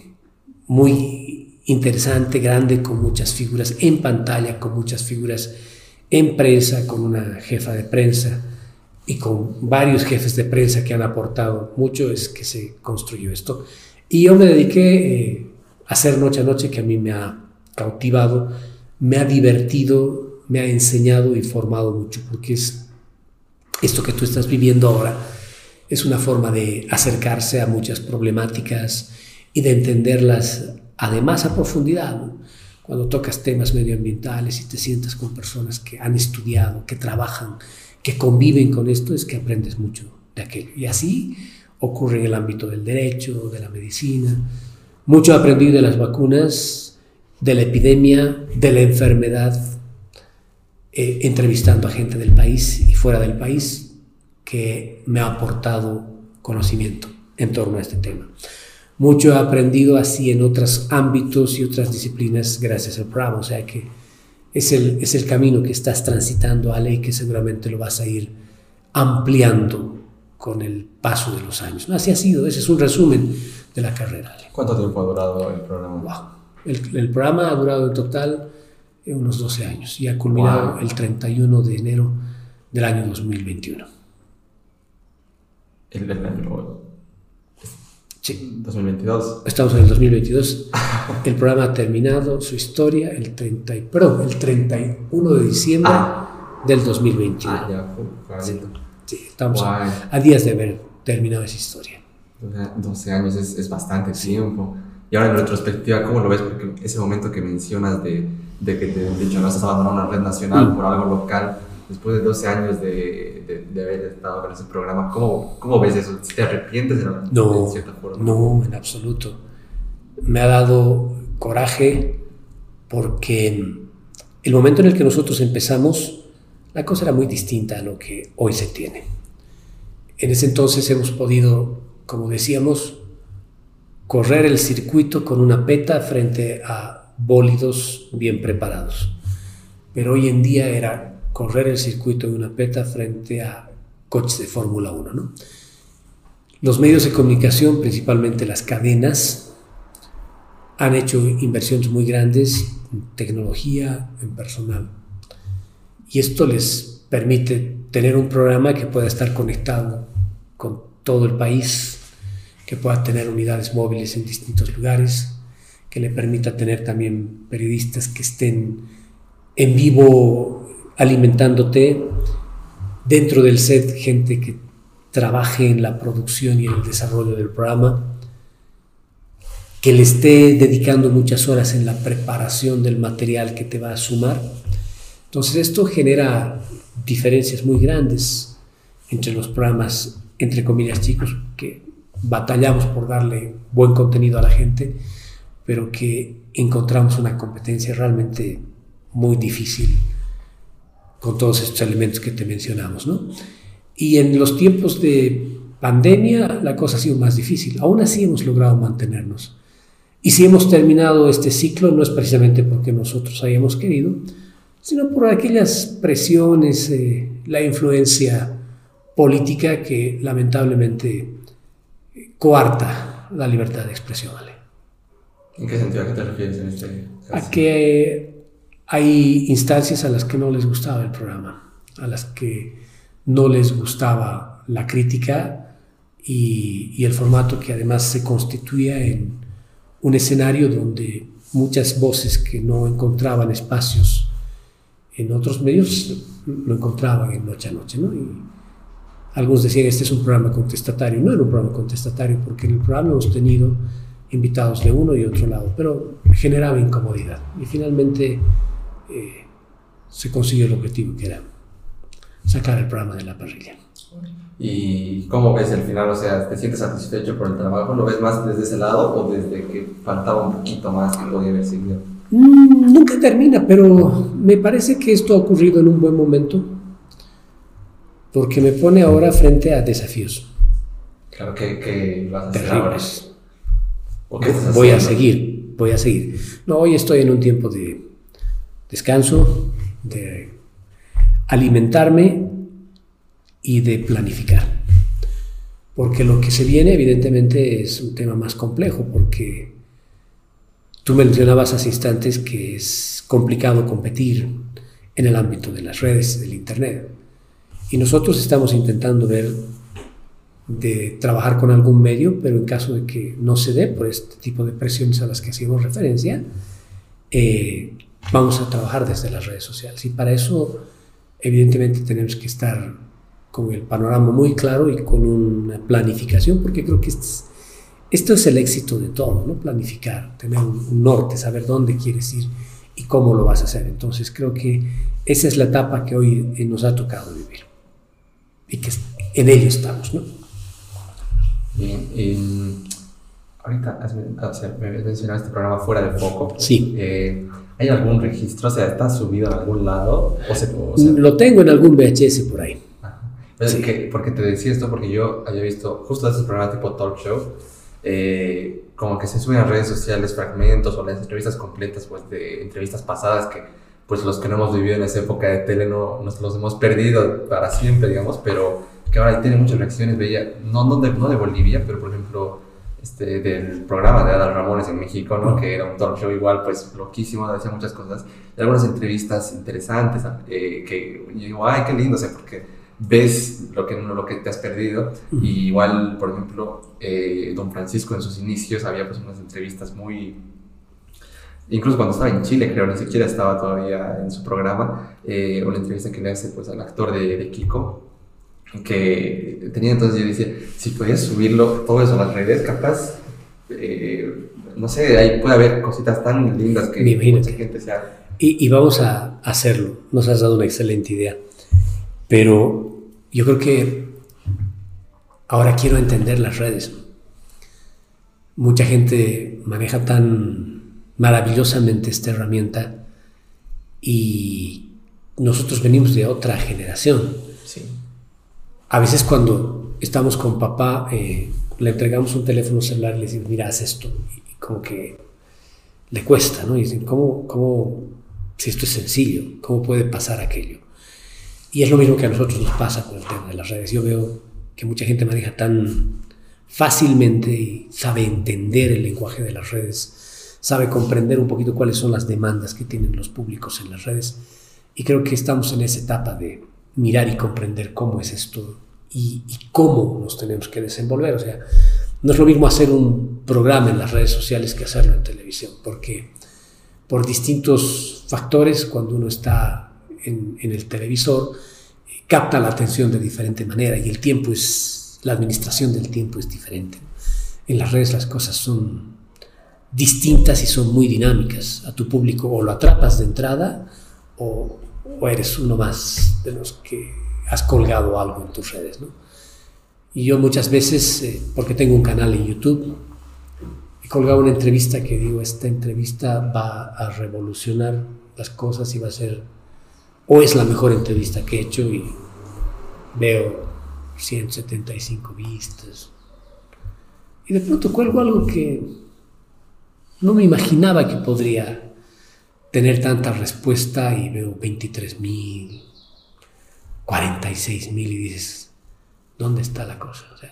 muy interesante, grande, con muchas figuras en pantalla, con muchas figuras en prensa, con una jefa de prensa y con varios jefes de prensa que han aportado mucho, es que se construyó esto. Y yo me dediqué eh, a hacer Noche a Noche, que a mí me ha cautivado, me ha divertido, me ha enseñado y formado mucho, porque es esto que tú estás viviendo ahora, es una forma de acercarse a muchas problemáticas y de entenderlas además a profundidad, ¿no? Cuando tocas temas medioambientales y te sientas con personas que han estudiado, que trabajan, que conviven con esto, es que aprendes mucho de aquello. Y así, ocurre en el ámbito del derecho, de la medicina. Mucho he aprendido de las vacunas, de la epidemia, de la enfermedad, eh, entrevistando a gente del país y fuera del país que me ha aportado conocimiento en torno a este tema. Mucho he aprendido así en otros ámbitos y otras disciplinas gracias al programa, o sea que es el, es el camino que estás transitando, Ale, y que seguramente lo vas a ir ampliando con el paso de los años, ¿no? Así ha sido, ese es un resumen de la carrera, Ale. ¿Cuánto tiempo ha durado el programa? Wow. El, el programa ha durado en total eh, unos doce años y ha culminado wow. el treinta y uno de enero del año dos mil veintiuno. ¿El del año? Sí. dos mil veintidós. Estamos en el dos mil veintidós. El programa ha terminado su historia el, treinta, perdón, el treinta y uno de diciembre ah. del dos mil veintiuno. Ah, ya, fue, sí, sí, estamos wow. a, a días de haber terminado esa historia. doce años es, es bastante tiempo. Y ahora en retrospectiva, ¿cómo lo ves? Porque ese momento que mencionas de, de que te han dicho no estás abandonando una red nacional mm. por algo local, después de doce años de, de, de haber estado con ese programa, ¿cómo, cómo ves eso? ¿Te arrepientes de, no, de cierta forma? No, en absoluto. Me ha dado coraje porque el momento en el que nosotros empezamos, la cosa era muy distinta a lo que hoy se tiene. En ese entonces hemos podido, como decíamos, correr el circuito con una peta frente a bólidos bien preparados. Pero hoy en día era correr el circuito de una peta frente a coches de Fórmula uno, ¿no? Los medios de comunicación, principalmente las cadenas, han hecho inversiones muy grandes en tecnología, en personal. Y esto les permite tener un programa que pueda estar conectado con todo el país, que pueda tener unidades móviles en distintos lugares, que le permita tener también periodistas que estén en vivo alimentándote, dentro del set gente que trabaje en la producción y en el desarrollo del programa, que le esté dedicando muchas horas en la preparación del material que te va a sumar. Entonces esto genera diferencias muy grandes entre los programas, entre comillas, chicos, que batallamos por darle buen contenido a la gente, pero que encontramos una competencia realmente muy difícil con todos estos elementos que te mencionamos, ¿no? Y en los tiempos de pandemia la cosa ha sido más difícil. Aún así hemos logrado mantenernos. Y si hemos terminado este ciclo no es precisamente porque nosotros hayamos querido, sino por aquellas presiones, eh, la influencia política que lamentablemente coarta la libertad de expresión, Ale. ¿En qué sentido? ¿A qué te refieres en este caso? A que hay instancias a las que no les gustaba el programa, a las que no les gustaba la crítica y, y el formato que además se constituía en un escenario donde muchas voces que no encontraban espacios en otros medios lo encontraban en Noche a Noche, ¿no? Y algunos decían, este es un programa contestatario. No era un programa contestatario, porque en el programa hemos tenido invitados de uno y otro lado, pero generaba incomodidad. Y finalmente eh, se consiguió el objetivo, que era sacar el programa de la parrilla. ¿Y cómo ves el final? O sea, ¿te sientes satisfecho por el trabajo? ¿Lo ves más desde ese lado o desde que faltaba un poquito más que podía haber seguido? Mm, nunca termina, pero me parece que esto ha ocurrido en un buen momento, porque me pone ahora frente a desafíos. Claro, que, que vas a hacer terribles. ¿O qué estás voy haciendo? a seguir, voy a seguir. No, hoy estoy en un tiempo de descanso, de alimentarme y de planificar. Porque lo que se viene evidentemente es un tema más complejo, porque tú mencionabas hace instantes que es complicado competir en el ámbito de las redes, del internet. Y nosotros estamos intentando ver de trabajar con algún medio, pero en caso de que no se dé por este tipo de presiones a las que hacíamos referencia, eh, vamos a trabajar desde las redes sociales. Y para eso, evidentemente, tenemos que estar con el panorama muy claro y con una planificación, porque creo que esto es, esto es el éxito de todo, ¿no? Planificar, tener un, un norte, saber dónde quieres ir y cómo lo vas a hacer. Entonces creo que esa es la etapa que hoy nos ha tocado vivir y que en ello estamos, ¿no? Bien, eh, ahorita has, o sea, me mencionado este programa Fuera de Foco. Sí. Eh, ¿Hay algún registro? O sea, ¿está subido en algún lado? O sea, o sea, lo tengo en algún V H S por ahí. Sí. Que, porque te decía esto porque yo había visto justo ese programa tipo talk show, eh, como que se suben a redes sociales fragmentos o las entrevistas completas pues, de entrevistas pasadas que pues los que no hemos vivido en esa época de tele no, nos los hemos perdido para siempre, digamos, pero que ahora tiene muchas reacciones. Veía, no, no, de, no de Bolivia, pero por ejemplo este, del programa de Adal Ramones en México, ¿no? Que era un talk show igual pues loquísimo, decía muchas cosas, y algunas entrevistas interesantes eh, que yo digo, ay, qué lindo, o sea, porque ves lo que, lo que te has perdido. Uh-huh. Y igual, por ejemplo, eh, Don Francisco en sus inicios había pues unas entrevistas muy... Incluso cuando estaba en Chile, creo, ni siquiera estaba todavía en su programa, eh, una entrevista que le hace pues, al actor de, de Kiko, que tenía entonces, yo decía, si podías subirlo todo eso a las redes, capaz, eh, no sé, ahí puede haber cositas tan lindas que mucha gente se haga. Y, y vamos a hacerlo, nos has dado una excelente idea. Pero yo creo que ahora quiero entender las redes. Mucha gente maneja tan maravillosamente esta herramienta y nosotros venimos de otra generación. Sí. A veces cuando estamos con papá, eh, le entregamos un teléfono celular y le decimos, mira, haz esto. Y como que le cuesta, ¿no? Y dicen, ¿cómo, cómo, si esto es sencillo, cómo puede pasar aquello? Y es lo mismo que a nosotros nos pasa con el tema de las redes. Yo veo que mucha gente maneja tan fácilmente y sabe entender el lenguaje de las redes, sabe comprender un poquito cuáles son las demandas que tienen los públicos en las redes. Y creo que estamos en esa etapa de mirar y comprender cómo es esto y, y cómo nos tenemos que desenvolver. O sea, no es lo mismo hacer un programa en las redes sociales que hacerlo en televisión, porque por distintos factores, cuando uno está En, en el televisor, eh, capta la atención de diferente manera y el tiempo es, la administración del tiempo es diferente. En las redes las cosas son distintas y son muy dinámicas. A tu público o lo atrapas de entrada o, o eres uno más de los que has colgado algo en tus redes, ¿no? Y yo muchas veces, eh, porque tengo un canal en YouTube, he colgado una entrevista que digo, esta entrevista va a revolucionar las cosas y va a ser o es la mejor entrevista que he hecho y veo ciento setenta y cinco vistas. Y de pronto cuelgo algo que no me imaginaba que podría tener tanta respuesta y veo veintitrés mil, cuarenta y seis mil y dices, ¿dónde está la cosa? O sea,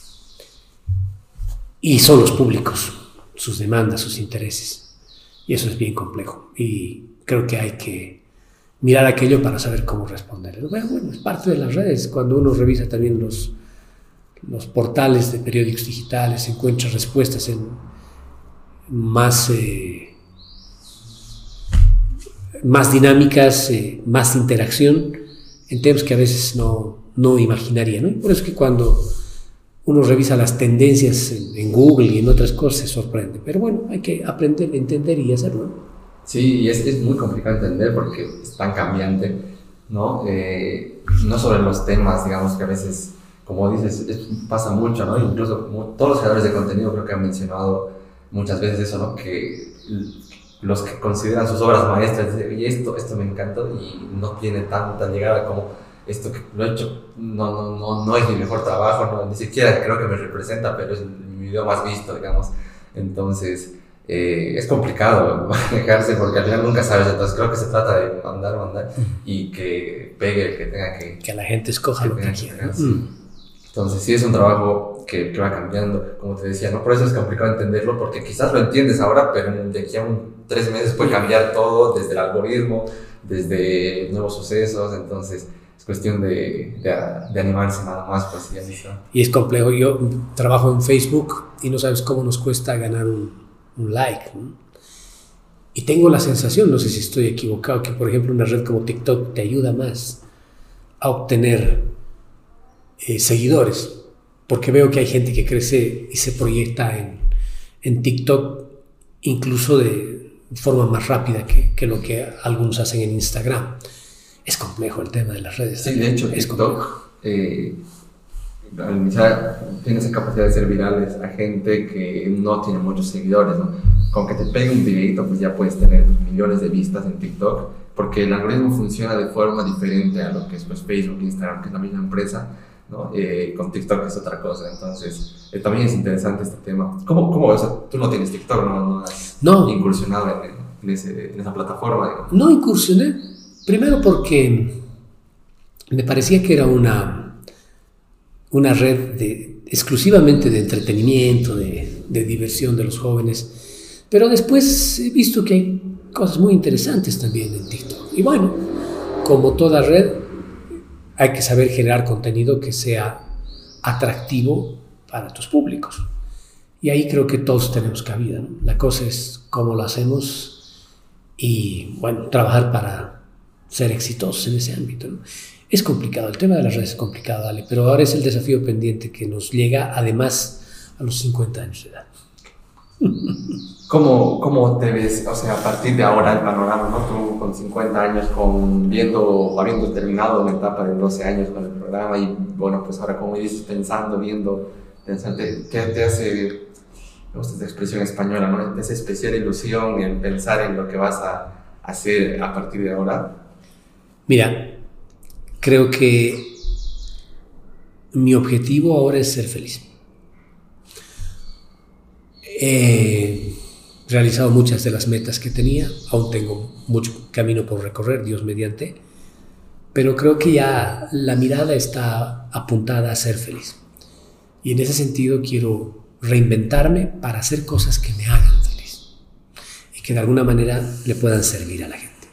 y son los públicos, sus demandas, sus intereses. Y eso es bien complejo. Y creo que hay que mirar aquello para saber cómo responder. Bueno, bueno, es parte de las redes. Cuando uno revisa también los, los portales de periódicos digitales, encuentra respuestas en más, eh, más dinámicas, eh, más interacción, en temas que a veces no, no imaginaría, ¿no? Y por eso es que cuando uno revisa las tendencias en, en Google y en otras cosas se sorprende. Pero bueno, hay que aprender, entender y hacerlo. Sí, y es, es muy complicado entender porque es tan cambiante, ¿no? Eh, no sobre los temas, digamos, que a veces, como dices, es, pasa mucho, ¿no? Incluso como todos los creadores de contenido creo que han mencionado muchas veces eso, ¿no? Que los que consideran sus obras maestras dicen, oye, esto, esto me encantó y no tiene tanta llegada como esto que lo he hecho, no, no, no, no es mi mejor trabajo, no, ni siquiera creo que me representa, pero es mi video más visto, digamos. Entonces... Eh, es complicado manejarse porque al final nunca sabes, entonces creo que se trata de mandar, mandar y que pegue el que tenga que... Que la gente escoja que lo que quiera. Sí. Mm. Entonces sí es un trabajo que, que va cambiando, como te decía, ¿no? Por eso es complicado entenderlo porque quizás lo entiendes ahora, pero de aquí a un, tres meses puede cambiar todo, desde el algoritmo, desde nuevos sucesos, entonces... Es cuestión de, de, de animarse nada más, pues ya listo. Y es complejo. Yo trabajo en Facebook y no sabes cómo nos cuesta ganar un, un like, ¿no? Y tengo la sensación, no sé si estoy equivocado, que por ejemplo una red como TikTok te ayuda más a obtener eh, seguidores, porque veo que hay gente que crece y se proyecta en, en TikTok incluso de forma más rápida que, que lo que algunos hacen en Instagram. Es complejo el tema de las redes. Sí, de hecho, es TikTok, eh, al iniciar tienes esa capacidad de ser virales a gente que no tiene muchos seguidores, ¿no? Con que te pegue un videito, pues ya puedes tener millones de vistas en TikTok, porque el algoritmo funciona de forma diferente a lo que es pues, Facebook, Instagram, que es la misma empresa, ¿no? Eh, con TikTok es otra cosa. Entonces, eh, también es interesante este tema. ¿Cómo, cómo o sea, tú no tienes TikTok, no, no has no. incursionado en, en, ese, en esa plataforma? Digamos. No incursioné, primero porque me parecía que era una, una red de, exclusivamente de entretenimiento, de, de diversión de los jóvenes, pero después he visto que hay cosas muy interesantes también en TikTok. Y bueno, como toda red, hay que saber generar contenido que sea atractivo para tus públicos. Y ahí creo que todos tenemos cabida, ¿no? La cosa es cómo lo hacemos y, bueno, trabajar para ser exitosos en ese ámbito, ¿no? Es complicado, el tema de las redes es complicado, Ale, pero ahora es el desafío pendiente que nos llega además a los cincuenta años de edad. ¿Cómo, ¿Cómo te ves, o sea, a partir de ahora el panorama, ¿no? Tú con cincuenta años, con viendo, habiendo terminado una etapa de doce años con el programa y, bueno, pues ahora como dices, pensando, viendo, pensando, ¿qué te hace, me gusta esta expresión española, ¿no? Te hace especial ilusión en pensar en lo que vas a hacer a partir de ahora? Mira, creo que mi objetivo ahora es ser feliz. He realizado muchas de las metas que tenía, aún tengo mucho camino por recorrer, Dios mediante, pero creo que ya la mirada está apuntada a ser feliz. Y en ese sentido quiero reinventarme para hacer cosas que me hagan feliz y que de alguna manera le puedan servir a la gente.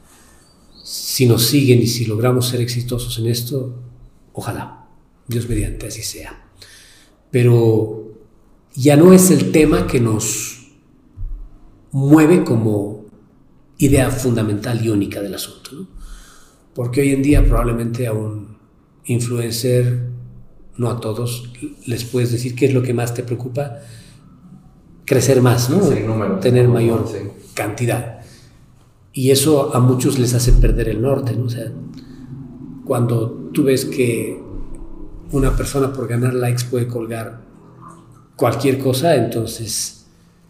Si nos siguen y si logramos ser exitosos en esto, ojalá, Dios mediante, así sea. Pero ya no es el tema que nos mueve como idea fundamental y única del asunto, ¿no? Porque hoy en día probablemente a un influencer, no a todos, les puedes decir qué es lo que más te preocupa, crecer más, ¿no? Sí, número, tener número, mayor sí. cantidad. Y eso a muchos les hace perder el norte, ¿no? O sea, cuando tú ves que una persona por ganar likes puede colgar cualquier cosa, entonces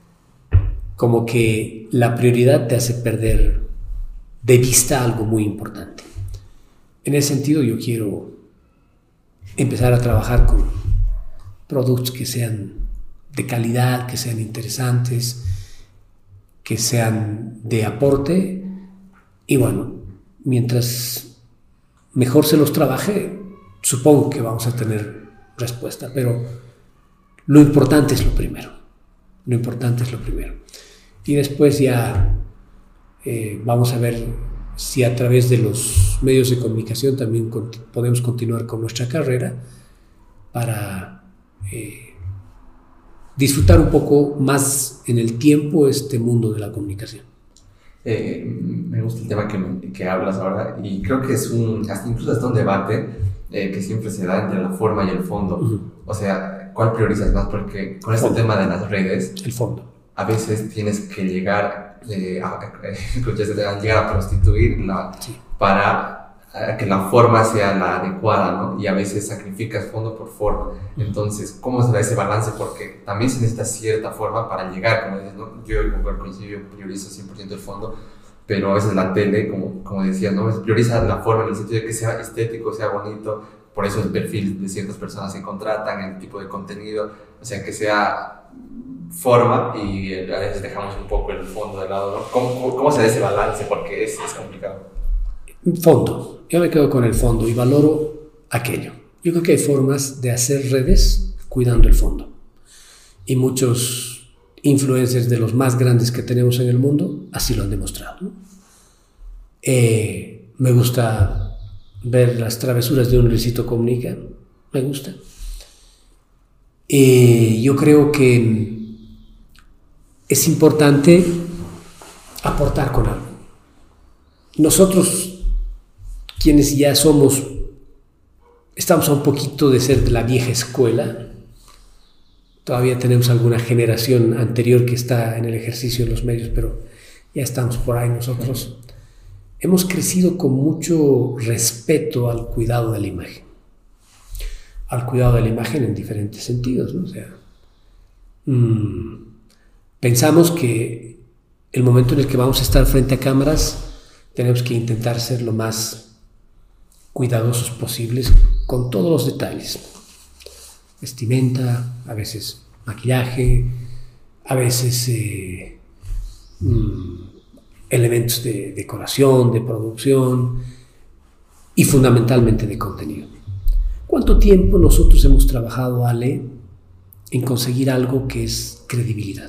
como que la prioridad te hace perder de vista algo muy importante. En ese sentido yo quiero empezar a trabajar con productos que sean de calidad, que sean interesantes, que sean de aporte, y bueno, mientras mejor se los trabaje, supongo que vamos a tener respuesta, pero lo importante es lo primero, lo importante es lo primero. Y después ya eh, vamos a ver si a través de los medios de comunicación también con, podemos continuar con nuestra carrera para eh, disfrutar un poco más en el tiempo este mundo de la comunicación. Eh, me gusta el tema que, que hablas ahora y creo que es un, hasta incluso hasta un debate eh, que siempre se da entre la forma y el fondo. Uh-huh. O sea, ¿cuál priorizas más? Porque con este tema de las redes, el fondo, a veces tienes que llegar, eh, a, a, llegar a prostituirla, sí, para a que la forma sea la adecuada, ¿no? Y a veces sacrificas fondo por forma. Entonces, ¿cómo se da ese balance? Porque también se necesita cierta forma para llegar, como dices, ¿no? Yo al principio priorizo cien por ciento el fondo, pero a veces la tele, como, como decías, ¿no? Prioriza la forma en el sentido de que sea estético, sea bonito, por eso el perfil de ciertas personas se contratan, el tipo de contenido, o sea, que sea forma y a veces dejamos un poco el fondo de lado, ¿no? ¿Cómo, cómo se da ese balance? Porque es, es complicado. Fondo, yo me quedo con el fondo y valoro aquello. Yo creo que hay formas de hacer redes cuidando el fondo. Y muchos influencers de los más grandes que tenemos en el mundo así lo han demostrado, ¿no? Eh, me gusta ver las travesuras de un Luisito Comunica, me gusta. Eh, yo creo que es importante aportar con algo. Nosotros, quienes ya somos, estamos a un poquito de ser de la vieja escuela, todavía tenemos alguna generación anterior que está en el ejercicio de los medios, pero ya estamos por ahí nosotros. Hemos crecido con mucho respeto al cuidado de la imagen. al cuidado de la imagen en diferentes sentidos, ¿no? O sea, mmm, pensamos que el momento en el que vamos a estar frente a cámaras tenemos que intentar ser lo más cuidadosos posibles con todos los detalles. Vestimenta, a veces maquillaje, a veces eh, mmm, elementos de decoración, de producción y fundamentalmente de contenido. ¿Cuánto tiempo nosotros hemos trabajado, Ale, en conseguir algo que es credibilidad?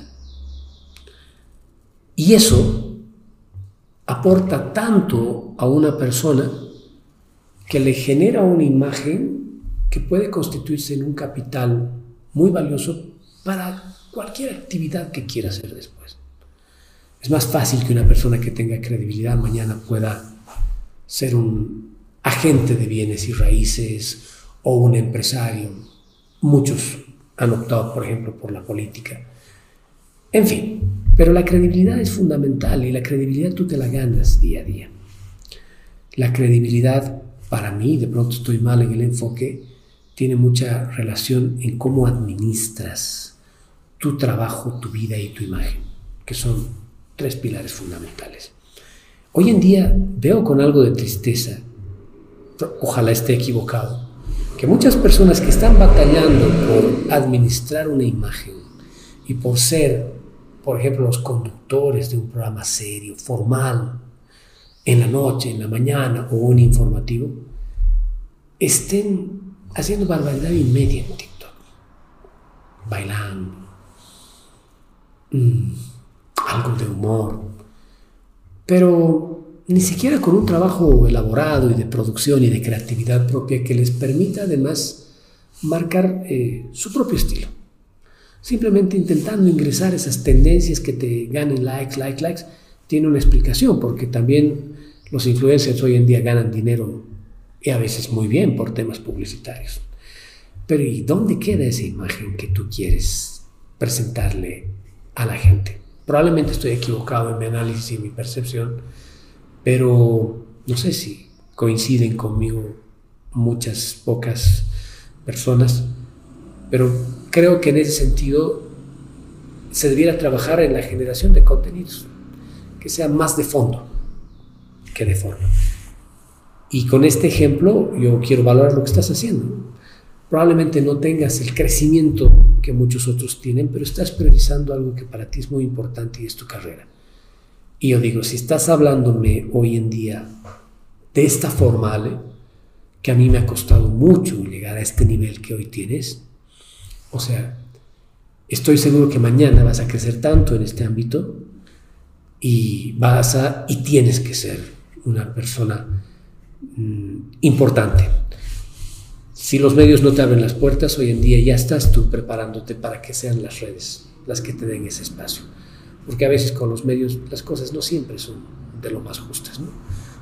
Y eso aporta tanto a una persona que le genera una imagen que puede constituirse en un capital muy valioso para cualquier actividad que quiera hacer después. Es más fácil que una persona que tenga credibilidad mañana pueda ser un agente de bienes y raíces o un empresario. Muchos han optado, por ejemplo, por la política. En fin, pero la credibilidad es fundamental y la credibilidad tú te la ganas día a día. La credibilidad, para mí, de pronto estoy mal en el enfoque, tiene mucha relación en cómo administras tu trabajo, tu vida y tu imagen, que son tres pilares fundamentales. Hoy en día veo con algo de tristeza, ojalá esté equivocado, que muchas personas que están batallando por administrar una imagen y por ser, por ejemplo, los conductores de un programa serio, formal, en la noche, en la mañana o un informativo, estén haciendo barbaridad y media en TikTok, bailando, mmm, algo de humor, pero ni siquiera con un trabajo elaborado y de producción y de creatividad propia que les permita además marcar eh, su propio estilo. Simplemente intentando ingresar esas tendencias que te ganen likes, likes, likes, tiene una explicación, porque también los influencers hoy en día ganan dinero y a veces muy bien por temas publicitarios. Pero ¿y dónde queda esa imagen que tú quieres presentarle a la gente? Probablemente estoy equivocado en mi análisis y mi percepción, pero no sé si coinciden conmigo muchas, pocas personas, pero creo que en ese sentido se debiera trabajar en la generación de contenidos que sean más de fondo que de forma. Y con este ejemplo yo quiero valorar lo que estás haciendo. Probablemente no tengas el crecimiento que muchos otros tienen, pero estás priorizando algo que para ti es muy importante y es tu carrera. Y yo digo, si estás hablándome hoy en día de esta forma, Ale, que a mí me ha costado mucho llegar a este nivel que hoy tienes, o sea, estoy seguro que mañana vas a crecer tanto en este ámbito y vas a, y tienes que ser una persona mmm, importante. Si los medios no te abren las puertas, hoy en día ya estás tú preparándote para que sean las redes las que te den ese espacio. Porque a veces con los medios las cosas no siempre son de lo más justas, ¿no?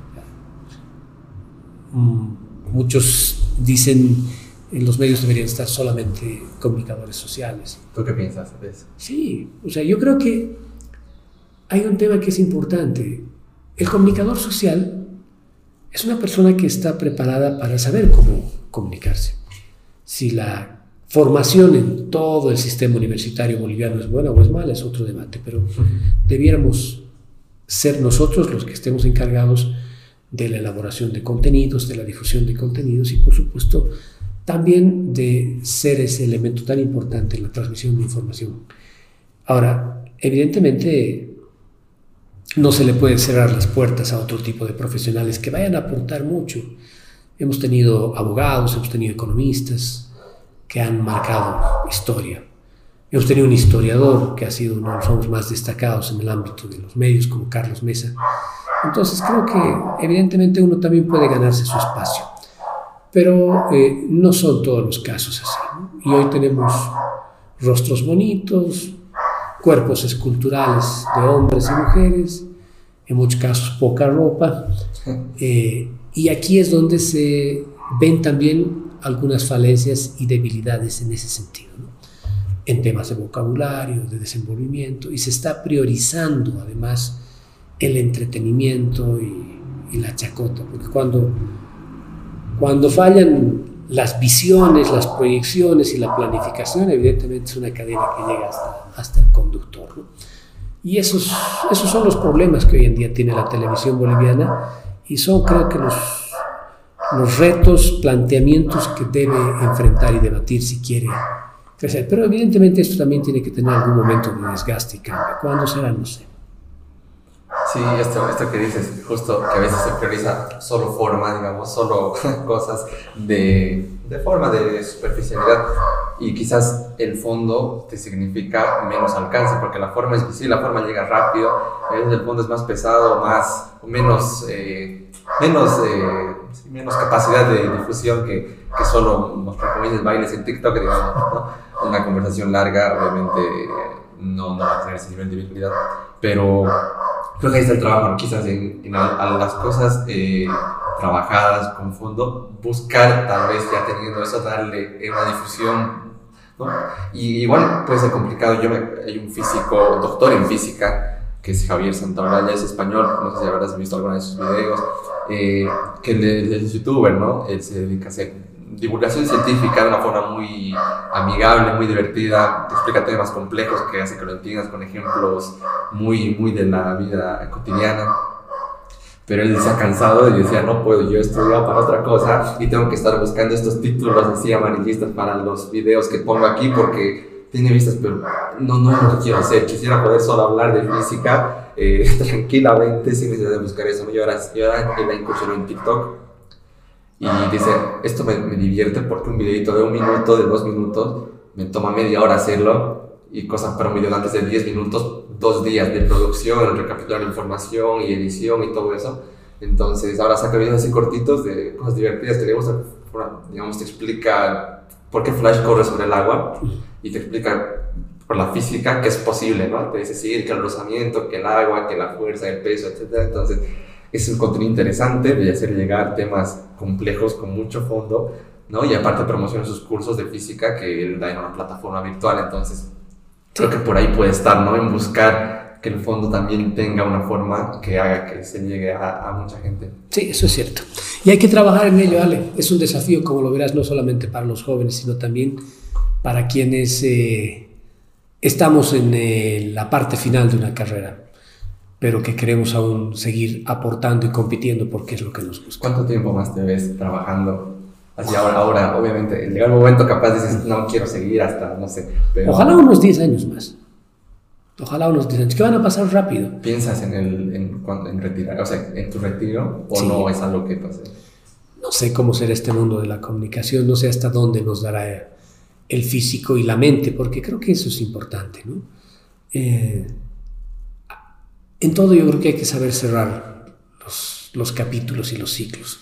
Muchos dicen que los medios deberían estar solamente comunicadores sociales. ¿Tú qué piensas de eso? Sí, o sea, yo creo que hay un tema que es importante. El comunicador social es una persona que está preparada para saber cómo comunicarse. Si la formación en todo el sistema universitario boliviano es buena o es mala, es otro debate, pero debiéramos ser nosotros los que estemos encargados de la elaboración de contenidos, de la difusión de contenidos y, por supuesto, también de ser ese elemento tan importante en la transmisión de información. Ahora, evidentemente, no se le puede cerrar las puertas a otro tipo de profesionales que vayan a aportar mucho. Hemos tenido abogados, hemos tenido economistas que han marcado historia. Hemos tenido un historiador que ha sido uno de los hombres más destacados en el ámbito de los medios, como Carlos Mesa. Entonces creo que evidentemente uno también puede ganarse su espacio, pero eh, no son todos los casos así, ¿no? Y hoy tenemos rostros bonitos, cuerpos esculturales de hombres y mujeres, en muchos casos poca ropa, eh, y aquí es donde se ven también algunas falencias y debilidades en ese sentido, ¿no? En temas de vocabulario, de desenvolvimiento, y se está priorizando además el entretenimiento y, y la chacota, porque cuando, cuando fallan las visiones, las proyecciones y la planificación, evidentemente es una cadena que llega hasta, hasta el conductor, ¿no? Y esos, esos son los problemas que hoy en día tiene la televisión boliviana y son, creo que, los, los retos, planteamientos que debe enfrentar y debatir si quiere crecer. Pero evidentemente esto también tiene que tener algún momento de desgaste y cambio. ¿Cuándo será? No sé. Sí, esto, esto que dices, justo que a veces se prioriza solo forma, digamos, solo cosas de, de forma, de superficialidad, y quizás el fondo te significa menos alcance, porque la forma es visible, la forma llega rápido, a veces el fondo es más pesado, más, menos, eh, menos, eh, menos capacidad de difusión que, que solo mostrar, como dices, bailes en TikTok, digamos, ¿no? Una conversación larga, obviamente, no, no va a tener ese nivel de viralidad, pero creo que ahí está el trabajo, ¿no? Quizás en, en a, a las cosas eh, trabajadas con fondo, buscar tal vez ya teniendo eso, darle una difusión, ¿no? Y igual puede ser complicado. Yo me, hay un físico, doctor en física, que es Javier Santaolalla, es español, no sé si habrás visto alguno de sus videos, eh, que él, él es youtuber, ¿no? Él se dedica a hacer divulgación científica de una forma muy amigable, muy divertida, te explica temas complejos que hace que lo entiendas con ejemplos muy, muy de la vida cotidiana. Pero él se ha cansado y decía, no puedo, yo estudio para otra cosa y tengo que estar buscando estos títulos así amarillistas para los videos que pongo aquí porque tiene vistas, pero no, no es lo que quiero hacer. Quisiera poder solo hablar de física eh, tranquilamente sin necesidad de buscar eso. Y ahora, y ahora él la incursionó en TikTok. Y dice, esto me, me divierte porque un videito de un minuto, de dos minutos, me toma media hora hacerlo, y cosas para un video antes de diez minutos, dos días de producción, recapitular información y edición y todo eso. Entonces ahora saca videos así cortitos de cosas divertidas que le gusta, digamos, te explica por qué Flash corre sobre el agua y te explica por la física que es posible, ¿no? Te dice, sí, que el rozamiento, que el agua, que la fuerza, el peso, etcétera. Entonces es un contenido interesante de hacer llegar temas complejos con mucho fondo, ¿no? Y aparte promociona sus cursos de física que él da en una plataforma virtual. Entonces creo que por ahí puede estar, ¿no? En buscar que el fondo también tenga una forma que haga que se llegue a, a mucha gente. Sí, eso es cierto. Y hay que trabajar en ello, Ale. Es un desafío, como lo verás, no solamente para los jóvenes, sino también para quienes eh, estamos en eh, la parte final de una carrera, pero que queremos aún seguir aportando y compitiendo porque es lo que nos gusta. ¿Cuánto tiempo más te ves trabajando? Así ahora, ahora, obviamente, llega el momento capaz dices, no quiero seguir hasta, no sé. Pero ojalá unos diez años más. Ojalá unos diez años, que van a pasar rápido. ¿Piensas en, el, en, cuando, en retirar, o sea, en tu retiro, o sí. No es algo que pase? No sé cómo será este mundo de la comunicación, no sé hasta dónde nos dará el físico y la mente, porque creo que eso es importante, ¿no? Eh, en todo yo creo que hay que saber cerrar los, los capítulos y los ciclos.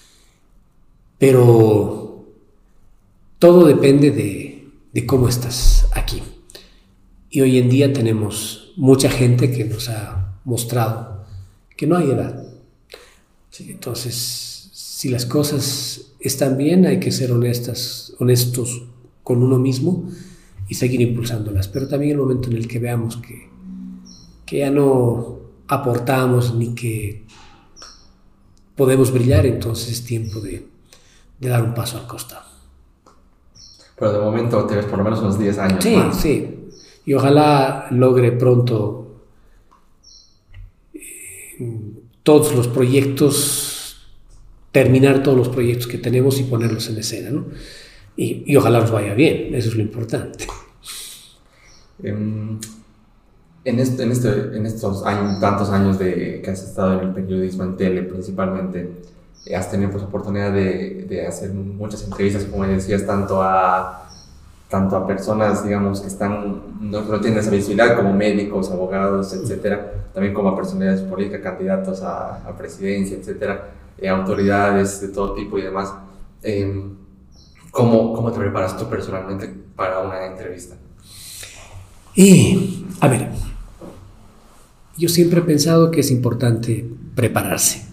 Pero todo depende de, de cómo estás aquí. Y hoy en día tenemos mucha gente que nos ha mostrado que no hay edad. Sí, entonces, si las cosas están bien, hay que ser honestas, honestos con uno mismo y seguir impulsándolas. Pero también el momento en el que veamos que, que ya no aportamos ni que podemos brillar, entonces es tiempo de de dar un paso al costado. Pero de momento te ves por lo menos unos diez años sí, más. Sí, y ojalá logre pronto eh, todos los proyectos, terminar todos los proyectos que tenemos y ponerlos en escena, ¿no? Y, y ojalá nos vaya bien, eso es lo importante. En, en, este, en, este, en estos años, tantos años de, que has estado en el periodismo, en tele principalmente, has tenido pues oportunidad de, de hacer muchas entrevistas, como decías, tanto a, tanto a personas, digamos, que están, no, no tienen esa visibilidad, como médicos, abogados, etcétera, también como a personalidades políticas, candidatos a, a presidencia, etcétera, eh, autoridades de todo tipo y demás. Eh, ¿cómo, ¿Cómo te preparas tú personalmente para una entrevista? Y, a ver, yo siempre he pensado que es importante prepararse.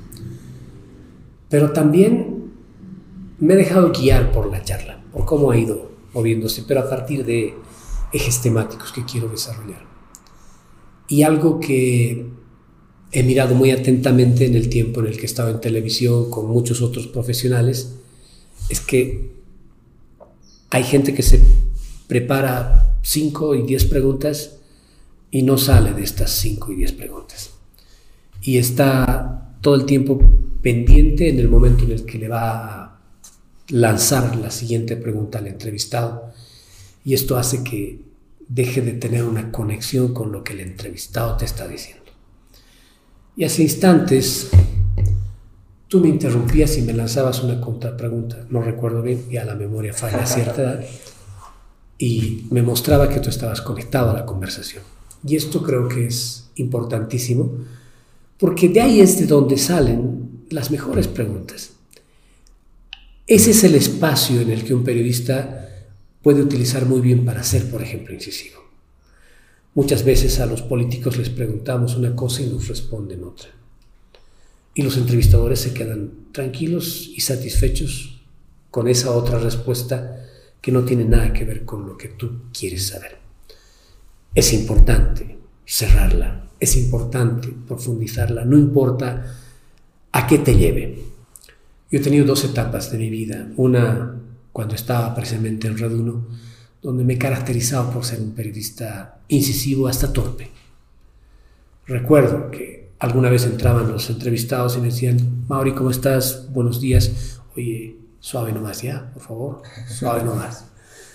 Pero también me he dejado guiar por la charla, por cómo ha ido moviéndose, pero a partir de ejes temáticos que quiero desarrollar. Y algo que he mirado muy atentamente en el tiempo en el que he estado en televisión con muchos otros profesionales es que hay gente que se prepara cinco y diez preguntas y no sale de estas cinco y diez preguntas. Y está todo el tiempo pendiente en el momento en el que le va a lanzar la siguiente pregunta al entrevistado. Y esto hace que deje de tener una conexión con lo que el entrevistado te está diciendo. Y hace instantes tú me interrumpías y me lanzabas una contrapregunta, no recuerdo bien, ya la memoria falla a cierta edad, y me mostraba que tú estabas conectado a la conversación. Y esto creo que es importantísimo, porque de ahí es de donde salen las mejores preguntas. Ese es el espacio en el que un periodista puede utilizar muy bien para ser, por ejemplo, incisivo. Muchas veces a los políticos les preguntamos una cosa y nos responden otra. Y los entrevistadores se quedan tranquilos y satisfechos con esa otra respuesta que no tiene nada que ver con lo que tú quieres saber. Es importante cerrarla, es importante profundizarla, no importa a qué te lleve. Yo he tenido dos etapas de mi vida, una cuando estaba precisamente en Red uno, donde me he caracterizado por ser un periodista incisivo hasta torpe. Recuerdo que alguna vez entraban los entrevistados y me decían: Mauri, ¿cómo estás? Buenos días. Oye, suave nomás ya, por favor, suave nomás.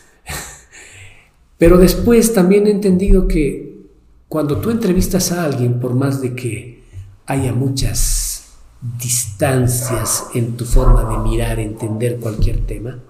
Pero después también he entendido que cuando tú entrevistas a alguien, por más de que haya muchas distancias en tu forma de mirar, entender cualquier tema,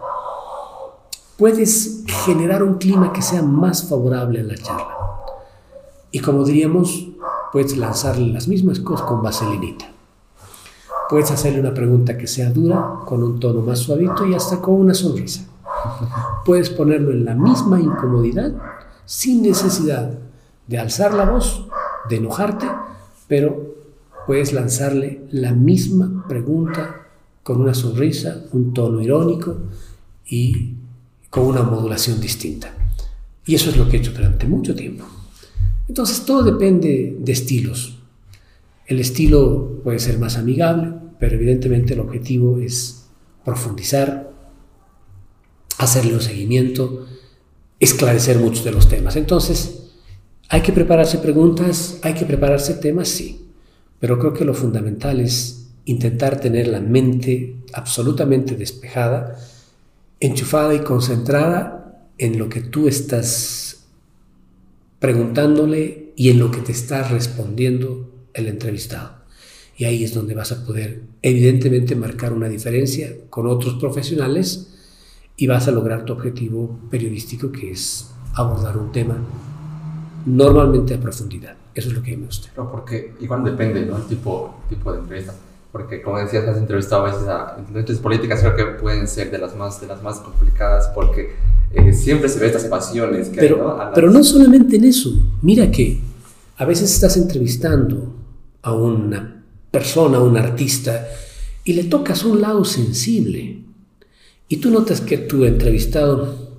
puedes generar un clima que sea más favorable a la charla. Y como diríamos, puedes lanzarle las mismas cosas con vaselinita. Puedes hacerle una pregunta que sea dura, con un tono más suavito y hasta con una sonrisa. Puedes ponerlo en la misma incomodidad, sin necesidad de alzar la voz, de enojarte, pero puedes lanzarle la misma pregunta con una sonrisa, un tono irónico y con una modulación distinta. Y eso es lo que he hecho durante mucho tiempo. Entonces todo depende de estilos. El estilo puede ser más amigable, pero evidentemente el objetivo es profundizar, hacerle un seguimiento, esclarecer muchos de los temas. Entonces, ¿hay que prepararse preguntas? ¿Hay que prepararse temas? Sí. Pero creo que lo fundamental es intentar tener la mente absolutamente despejada, enchufada y concentrada en lo que tú estás preguntándole y en lo que te está respondiendo el entrevistado. Y ahí es donde vas a poder, evidentemente, marcar una diferencia con otros profesionales y vas a lograr tu objetivo periodístico, que es abordar un tema normalmente a profundidad. Eso es lo que me gusta. No, porque igual depende, ¿no? El tipo, tipo de entrevista. Porque, como decías, has entrevistado a veces a entrevistas políticas, creo que pueden ser de las más, de las más complicadas, porque eh, siempre se ve estas pasiones que pero, hay, ¿no? Las... Pero no solamente en eso. Mira que a veces estás entrevistando a una persona, a un artista, y le tocas un lado sensible. Y tú notas que tu entrevistado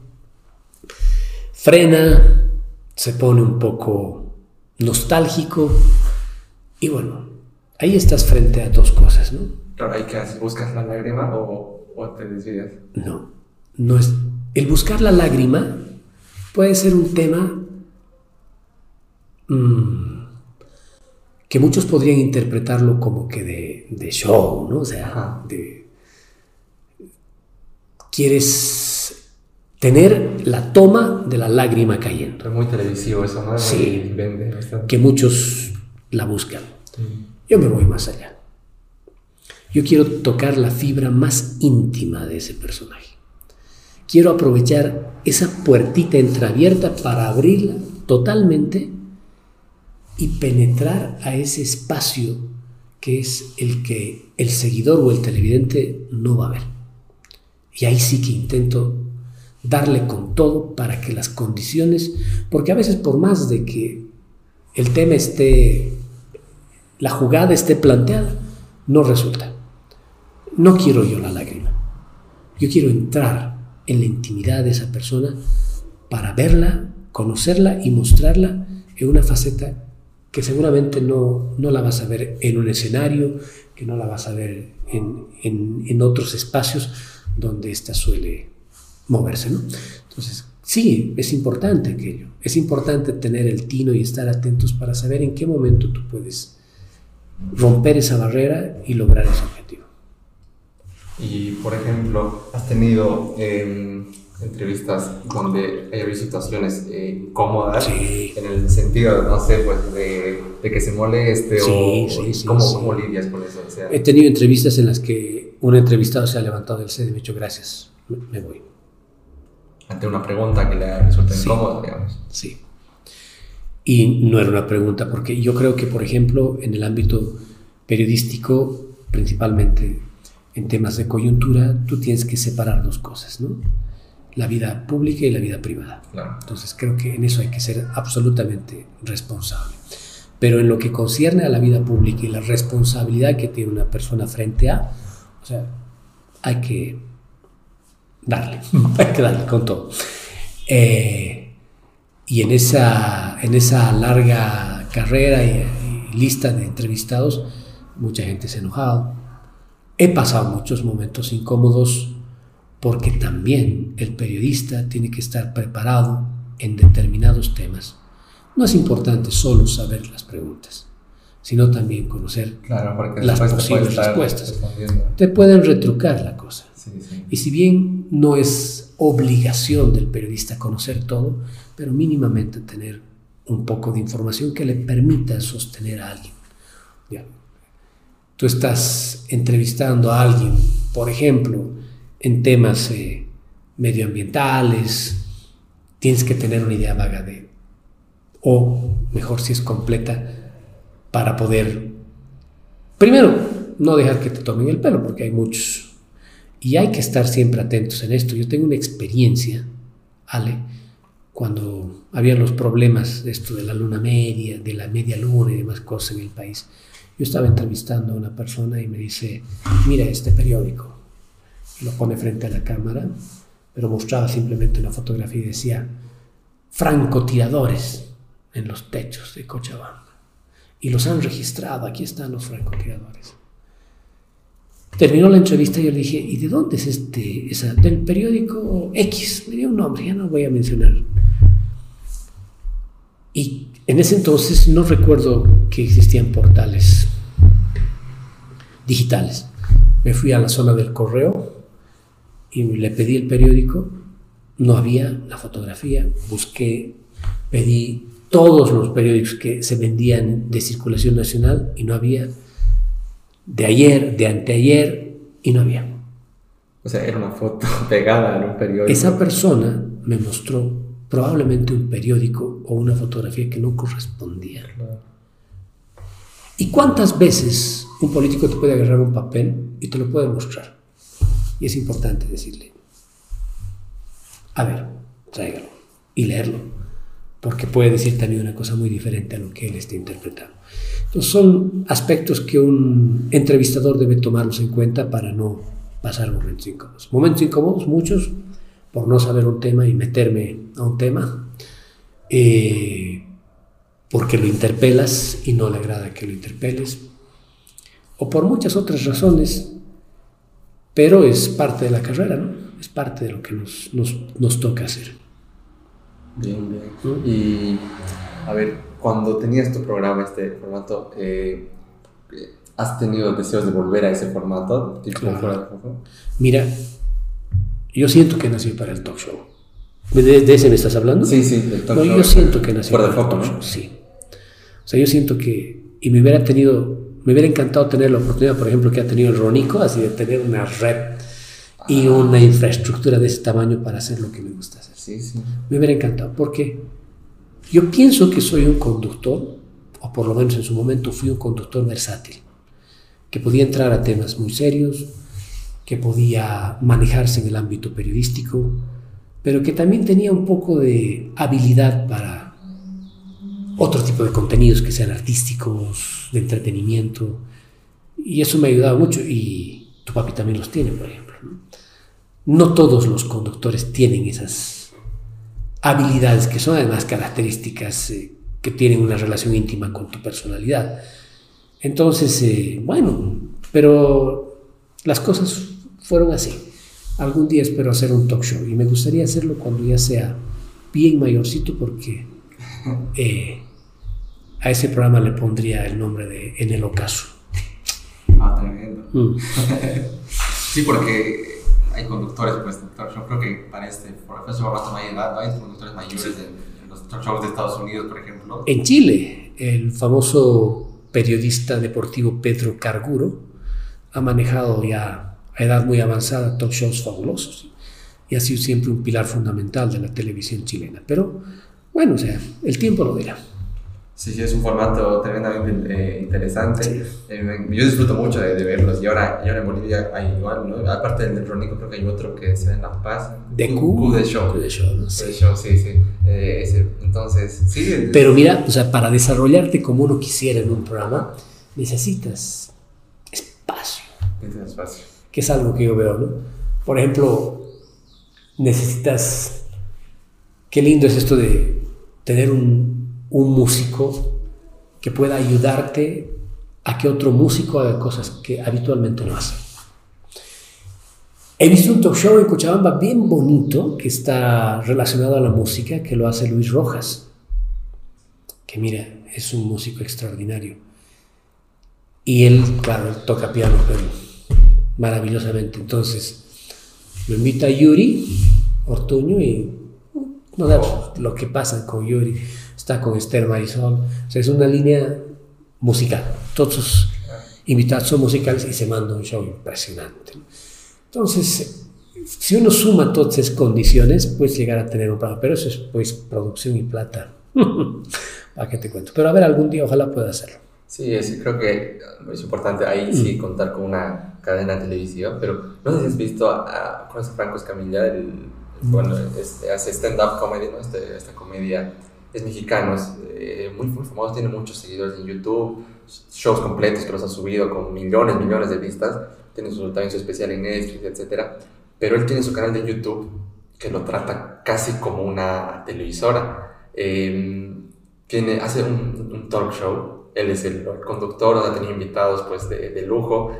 frena, se pone un poco nostálgico, y bueno, ahí estás frente a dos cosas, ¿no? Claro, ¿hay que hacer? ¿Buscas la lágrima o, o te desvías? No, no es... El buscar la lágrima puede ser un tema mmm, que muchos podrían interpretarlo como que de, de show, ¿no? O sea, de, quieres tener la toma de la lágrima cayendo. Es muy televisivo eso, ¿no? Sí, vende bastante. Que muchos la buscan. Mm. Yo me voy más allá. Yo quiero tocar la fibra más íntima de ese personaje. Quiero aprovechar esa puertita entreabierta para abrirla totalmente y penetrar a ese espacio que es el que el seguidor o el televidente no va a ver. Y ahí sí que intento darle con todo para que las condiciones, porque a veces por más de que el tema esté, la jugada esté planteada, no resulta. No quiero yo la lágrima. Yo quiero entrar en la intimidad de esa persona para verla, conocerla y mostrarla en una faceta que seguramente no, no la vas a ver en un escenario, que no la vas a ver en, en, en otros espacios donde ésta suele moverse, ¿no? Entonces, sí, es importante aquello. Es importante tener el tino y estar atentos para saber en qué momento tú puedes romper esa barrera y lograr ese objetivo. Y, por ejemplo, has tenido eh, entrevistas donde hay habido situaciones eh, incómodas, sí. en el sentido, no sé, pues, de, de que se moleste, sí, o sí, sí, ¿cómo, sí. ¿cómo lidias con eso? O sea, he tenido entrevistas en las que un entrevistado se ha levantado del set y me ha dicho gracias, me voy. Ante una pregunta que le resulta sí. incómoda, digamos. Sí. Y no era una pregunta, porque yo creo que, por ejemplo, en el ámbito periodístico, principalmente en temas de coyuntura, tú tienes que separar dos cosas, ¿no? La vida pública y la vida privada. Claro. Entonces creo que en eso hay que ser absolutamente responsable. Pero en lo que concierne a la vida pública y la responsabilidad que tiene una persona frente a, o sea, hay que darle, hay que darle con todo. Eh, y en esa, en esa larga carrera y, y lista de entrevistados, mucha gente se ha enojado. He pasado muchos momentos incómodos porque también el periodista tiene que estar preparado en determinados temas. No es importante solo saber las preguntas, sino también conocer claro, porque las posibles respuestas. Te pueden retrucar la cosa. Sí, sí. Y si bien no es obligación del periodista conocer todo, pero mínimamente tener un poco de información que le permita sostener a alguien. Ya. Tú estás entrevistando a alguien, por ejemplo, en temas eh, medioambientales, tienes que tener una idea vaga de, o mejor si es completa, para poder, primero, no dejar que te tomen el pelo, porque hay muchos, y hay que estar siempre atentos en esto. Yo tengo una experiencia, Ale, cuando había los problemas de esto de la luna media, de la media luna y demás cosas en el país. Yo estaba entrevistando a una persona y me dice, mira este periódico, y lo pone frente a la cámara, pero mostraba simplemente una fotografía y decía, francotiradores en los techos de Cochabamba. Y los han registrado, aquí están los francotiradores. Terminó la entrevista y yo le dije, ¿y de dónde es este? Esa, del periódico X, me dio un nombre, ya no voy a mencionar. Y en ese entonces no recuerdo que existían portales digitales. Me fui a la zona del correo y le pedí el periódico, no había la fotografía, busqué, pedí todos los periódicos que se vendían de circulación nacional y no había, de ayer, de anteayer, y no había. O sea, era una foto pegada en un periódico. Esa persona me mostró probablemente un periódico o una fotografía que no correspondía. Claro. ¿Y cuántas veces un político te puede agarrar un papel y te lo puede mostrar? Y es importante decirle, a ver, tráigalo y leerlo, porque puede decir también una cosa muy diferente a lo que él está interpretando. Entonces son aspectos que un entrevistador debe tomarlos en cuenta para no pasar momentos incómodos. Momentos incómodos, muchos, por no saber un tema y meterme a un tema, eh, porque lo interpelas y no le agrada que lo interpeles, o por muchas otras razones, pero es parte de la carrera, ¿no? Es parte de lo que nos, nos, nos toca hacer. Bien, bien. ¿Mm? Y, a ver, cuando tenías tu programa, este formato, eh, ¿has tenido deseos de volver a ese formato? Tipo, claro. Fuera de juego? Mira, yo siento que nací para el talk show. ¿De, de ese me estás hablando? Sí, sí, del talk no, show. Yo siento que nací fuera para de el foco, talk ¿no? show, sí. O sea, yo siento que, y me hubiera tenido, me hubiera encantado tener la oportunidad, por ejemplo, que ha tenido el Ronico, así de tener una red y una infraestructura de ese tamaño para hacer lo que me gusta hacer. Sí, sí. Me hubiera encantado, porque yo pienso que soy un conductor, o por lo menos en su momento fui un conductor versátil, que podía entrar a temas muy serios, que podía manejarse en el ámbito periodístico, pero que también tenía un poco de habilidad para otro tipo de contenidos que sean artísticos, de entretenimiento, y eso me ha ayudado mucho, y tu papi también los tiene, por ejemplo, ¿no? No todos los conductores tienen esas habilidades que son además características eh, que tienen una relación íntima con tu personalidad. Entonces, eh, bueno, pero las cosas fueron así. algún día espero hacer un talk show y me gustaría hacerlo cuando ya sea bien mayorcito porque eh, a ese programa le pondría el nombre de En el Ocaso. Ah, tremendo. Mm. Sí, porque hay conductores, pues, yo creo que para este, por ese formato no hay edad, no hay conductores mayores sí. en, en los talk shows de Estados Unidos, por ejemplo. En Chile, el famoso periodista deportivo Pedro Carguro ha manejado ya a edad muy avanzada talk shows fabulosos y ha sido siempre un pilar fundamental de la televisión chilena. Pero, bueno, o sea, el tiempo lo dirá. Sí, sí, es un formato tremendamente eh, interesante. Sí. Eh, yo disfruto mucho de, de verlos. Y ahora, y ahora en Bolivia hay igual, ¿no? Aparte del Ronico, creo que hay otro que se ve en La Paz. De Q. Q de Show. Q de Show, ¿no? Sí. Q de Show, sí, sí. Eh, ese, entonces, sí. Pero mira, o sea, para desarrollarte como uno quisiera en un programa, necesitas espacio. Necesitas espacio. Que es algo que yo veo, ¿no? Por ejemplo, necesitas... Qué lindo es esto de tener un... un músico que pueda ayudarte a que otro músico haga cosas que habitualmente no hace. He visto un talk show en Cochabamba bien bonito que está relacionado a la música, que lo hace Luis Rojas, que mira, es un músico extraordinario. Y él, claro, él toca piano, pero maravillosamente. Entonces, lo invita a Yuri Ortuño y no da lo que pasa con Yuri. Está con Esther Marisol, o sea, es una línea musical. Todos sus invitados son musicales y se manda un show impresionante. Entonces, si uno suma todas esas condiciones, puedes llegar a tener un programa, pero eso es pues producción y plata. ¿Para qué te cuento? Pero a ver, algún día ojalá pueda hacerlo. Sí, es, creo que es importante ahí sí mm. contar con una cadena televisiva, pero no sé si has visto a, a Franco Escamilla, el, mm. bueno, es, hace stand-up comedy, ¿no? Este, esta comedia. Es mexicano, es eh, muy, muy famoso, tiene muchos seguidores en YouTube, shows completos que los ha subido con millones, millones de vistas, tiene su, también su especial en Netflix, etcétera. Pero él tiene su canal de YouTube que lo trata casi como una televisora. Eh, tiene, hace un, un talk show, él es el, el conductor, ha tenido invitados pues, de, de lujo,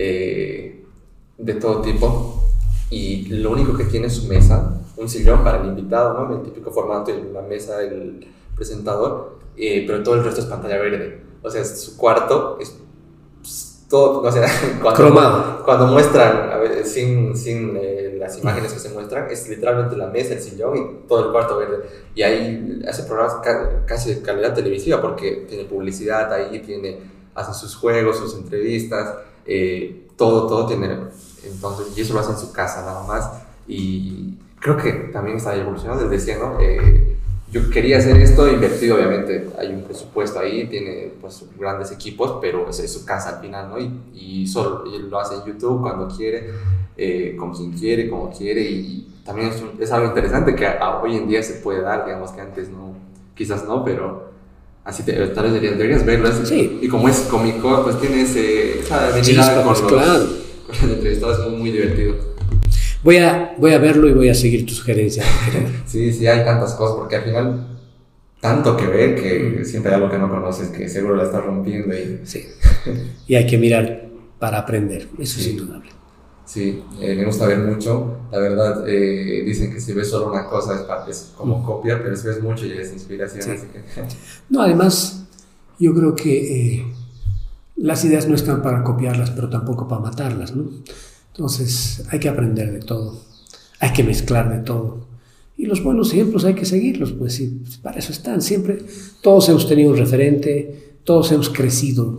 eh, de todo tipo, y lo único que tiene es su mesa, un sillón para el invitado, ¿no? El típico formato de la mesa, el presentador, eh, pero todo el resto es pantalla verde. O sea, su cuarto es pues, todo, o sea, cuando, cuando muestran, a ver, sin, sin eh, las imágenes que se muestran, es literalmente la mesa, el sillón y todo el cuarto verde. Y ahí hace programas ca- casi de calidad televisiva porque tiene publicidad ahí, tiene, hace sus juegos, sus entrevistas, eh, todo, todo tiene. Entonces, y eso lo hace en su casa nada más. Y creo que también está evolucionando. Les decía, ¿no? Eh, yo quería hacer esto invertido, obviamente. Hay un presupuesto ahí, tiene pues grandes equipos, pero es, es su casa al final, ¿no? Y, y solo y él lo hace en YouTube cuando quiere, eh, como quien quiere, como quiere. Y también es, un, es algo interesante que a, hoy en día se puede dar, digamos que antes no, quizás no, pero así te, tal vez deberías, deberías verlo. Sí. Y como es cómico, pues tiene ese, esa habilidad con, claro. con los entrevistados, es muy, muy divertido. Voy a, voy a verlo y voy a seguir tus sugerencias. Sí, sí, hay tantas cosas, porque al final, tanto que ver que siempre hay algo que no conoces, que seguro la estás rompiendo. Y... Sí, y hay que mirar para aprender, eso sí. Es indudable. Sí, eh, me gusta ver mucho, la verdad, eh, dicen que si ves solo una cosa es, es como mm. copia, pero si ves mucho ya es inspiración. Sí. Así que... No, además, yo creo que eh, las ideas no están para copiarlas, pero tampoco para matarlas, ¿no? Entonces hay que aprender de todo, hay que mezclar de todo y los buenos ejemplos hay que seguirlos, pues sí, para eso están, siempre todos hemos tenido un referente, todos hemos crecido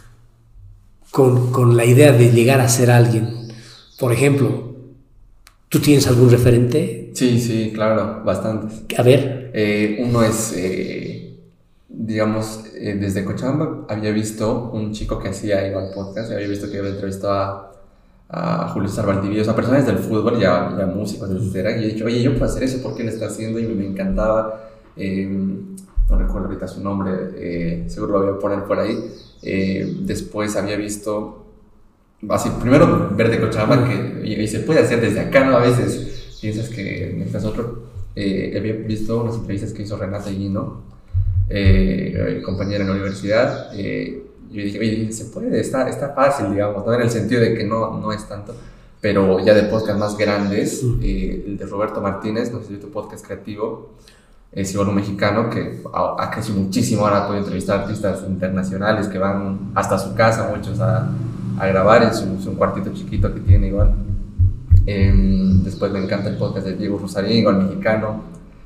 con, con la idea de llegar a ser alguien. Por ejemplo, ¿tú tienes algún referente? Sí, sí, claro, bastantes. A ver. Eh, uno es, eh, digamos, eh, desde Cochabamba había visto un chico que hacía igual podcast, había visto que había entrevistado a a Julio César Valdivieso, a personas del fútbol y a, y a músicos, etcétera, y he dicho, oye, yo puedo hacer eso, ¿por qué lo está haciendo? Y me, me encantaba, eh, no recuerdo ahorita su nombre, eh, seguro lo voy a poner por ahí. Eh, después había visto, así, primero ver de Cochabamba, que y, y se puede hacer desde acá, ¿no? A veces piensas que necesitas otro. Eh, había visto unas entrevistas que hizo Renata Guino, eh, compañera en la universidad, eh, y yo dije, oye, se puede, está, está fácil, digamos, ¿no? En el sentido de que no, no es tanto. pero ya de podcast más grandes, Mm. eh, el de Roberto Martínez, no sé si es tu podcast creativo, es igual un mexicano que ha, ha crecido muchísimo, ahora puede entrevistar artistas internacionales que van hasta su casa, muchos a, a grabar en su, su cuartito chiquito que tiene igual. Eh, después me encanta el podcast de Diego Rosarín, igual mexicano.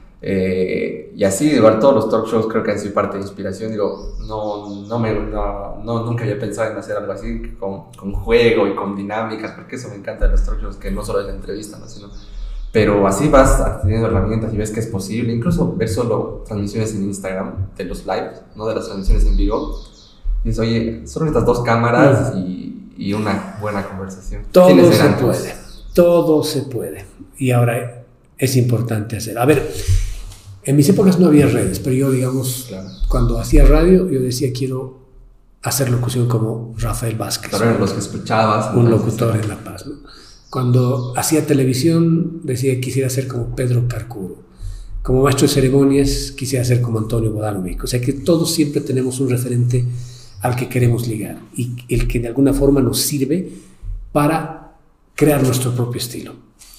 Eh, y así, igual todos los talk shows creo que han sido parte de inspiración. Digo, no, no me, no, no, nunca había pensado en hacer algo así, con, con juego y con dinámicas, porque eso me encanta de los talk shows, que no solo es la entrevista, ¿no? Sino, pero así vas teniendo herramientas y ves que es posible, incluso ver solo transmisiones en Instagram de los lives, no de las transmisiones en vivo. Y dices, oye, solo estas dos cámaras y, y una buena conversación. Todo se puede, todo se puede. Y ahora es importante hacer. A ver, en mis épocas no había redes, pero yo, digamos, claro, cuando hacía radio, yo decía, quiero hacer locución como Rafael Vázquez. Pero eran los que escuchabas. Un locutor en La Paz, ¿no? Cuando hacía televisión, decía que quisiera ser como Pedro Carcuro. Como maestro de ceremonias, quisiera ser como Antonio Bodanovic. O sea que todos siempre tenemos un referente al que queremos ligar y el que de alguna forma nos sirve para crear nuestro propio estilo.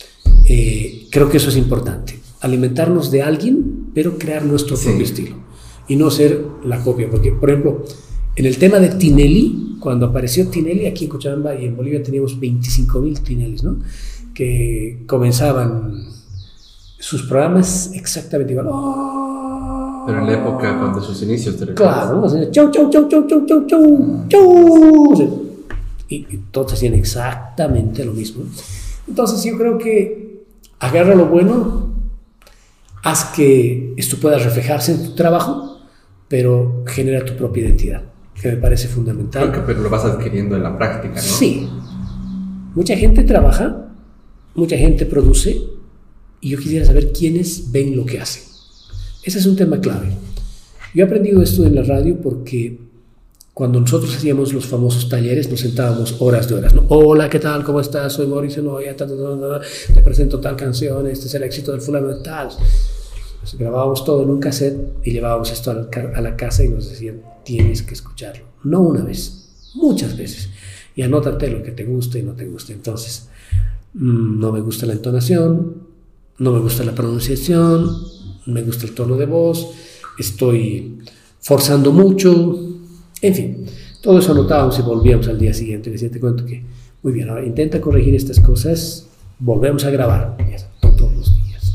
Eh, creo que eso es importante. Alimentarnos de alguien, pero crear nuestro sí. propio estilo. Y no ser la copia. Porque, por ejemplo, en el tema de Tinelli, cuando apareció Tinelli aquí en Cochabamba y en Bolivia teníamos veinticinco mil Tinellis, ¿no? Que comenzaban sus programas exactamente igual. ¡Oh! Pero en la época cuando sus inicios te claro, ¿no? Chau, chau, chau, chau, chau, chau, chau, chau. Y, y todos hacían exactamente lo mismo. Entonces yo creo que agarra lo bueno, haz que esto pueda reflejarse en tu trabajo, pero genera tu propia identidad, que me parece fundamental. Creo que pero lo vas adquiriendo en la práctica, ¿no? Sí. Mucha gente trabaja, mucha gente produce, y yo quisiera saber quiénes ven lo que hacen. Ese es un tema clave. Yo he aprendido esto en la radio porque cuando nosotros hacíamos los famosos talleres nos sentábamos horas de horas, ¿no? Hola, ¿qué tal? ¿Cómo estás? Soy Mauricio Noya, ta, ta, ta, ta, te presento tal canción, este es el éxito del fulano de tal. Nos grabábamos todo en un cassette y llevábamos esto a la casa y nos decían, tienes que escucharlo. No una vez, muchas veces. Y anótate lo que te gusta y no te gusta. Entonces, mmm, no me gusta la entonación, no me gusta la pronunciación, me gusta el tono de voz, estoy forzando mucho, en fin, todo eso anotábamos y volvíamos al día siguiente. Decía, te cuento que, muy bien, ahora intenta corregir estas cosas, volvemos a grabar, todos los días.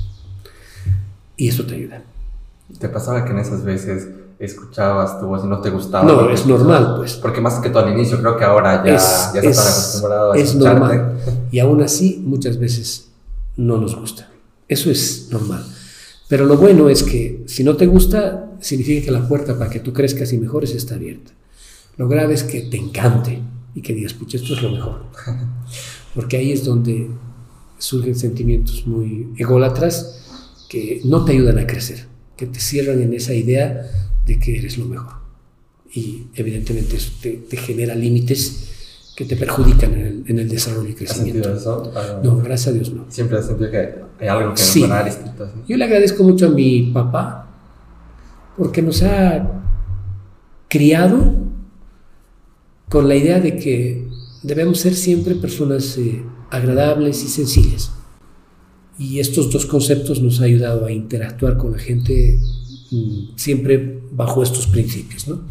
Y eso te ayuda. ¿Te pasaba que en esas veces escuchabas tu voz y no te gustaba? No, es normal, pues. Porque más que todo al inicio, creo que ahora ya, es, ya es, estás acostumbrado a es escucharte. Normal. Y aún así, muchas veces no nos gusta. Eso es normal. Pero lo bueno es que si no te gusta, significa que la puerta para que tú crezcas y mejores está abierta. Lo grave es que te encante y que digas, pucha, esto es lo mejor. Porque ahí es donde surgen sentimientos muy ególatras que no te ayudan a crecer, que te cierran en esa idea de que eres lo mejor. Y evidentemente eso te, te genera límites que te perjudican en el, en el desarrollo y crecimiento. ¿Has sentido eso? No, gracias a Dios no. Siempre has sentido que hay algo que sí. mejorar. Distinto, ¿sí? Yo le agradezco mucho a mi papá porque nos ha criado con la idea de que debemos ser siempre personas eh, agradables y sencillas. Y estos dos conceptos nos han ayudado a interactuar con la gente mmm, siempre bajo estos principios, ¿no?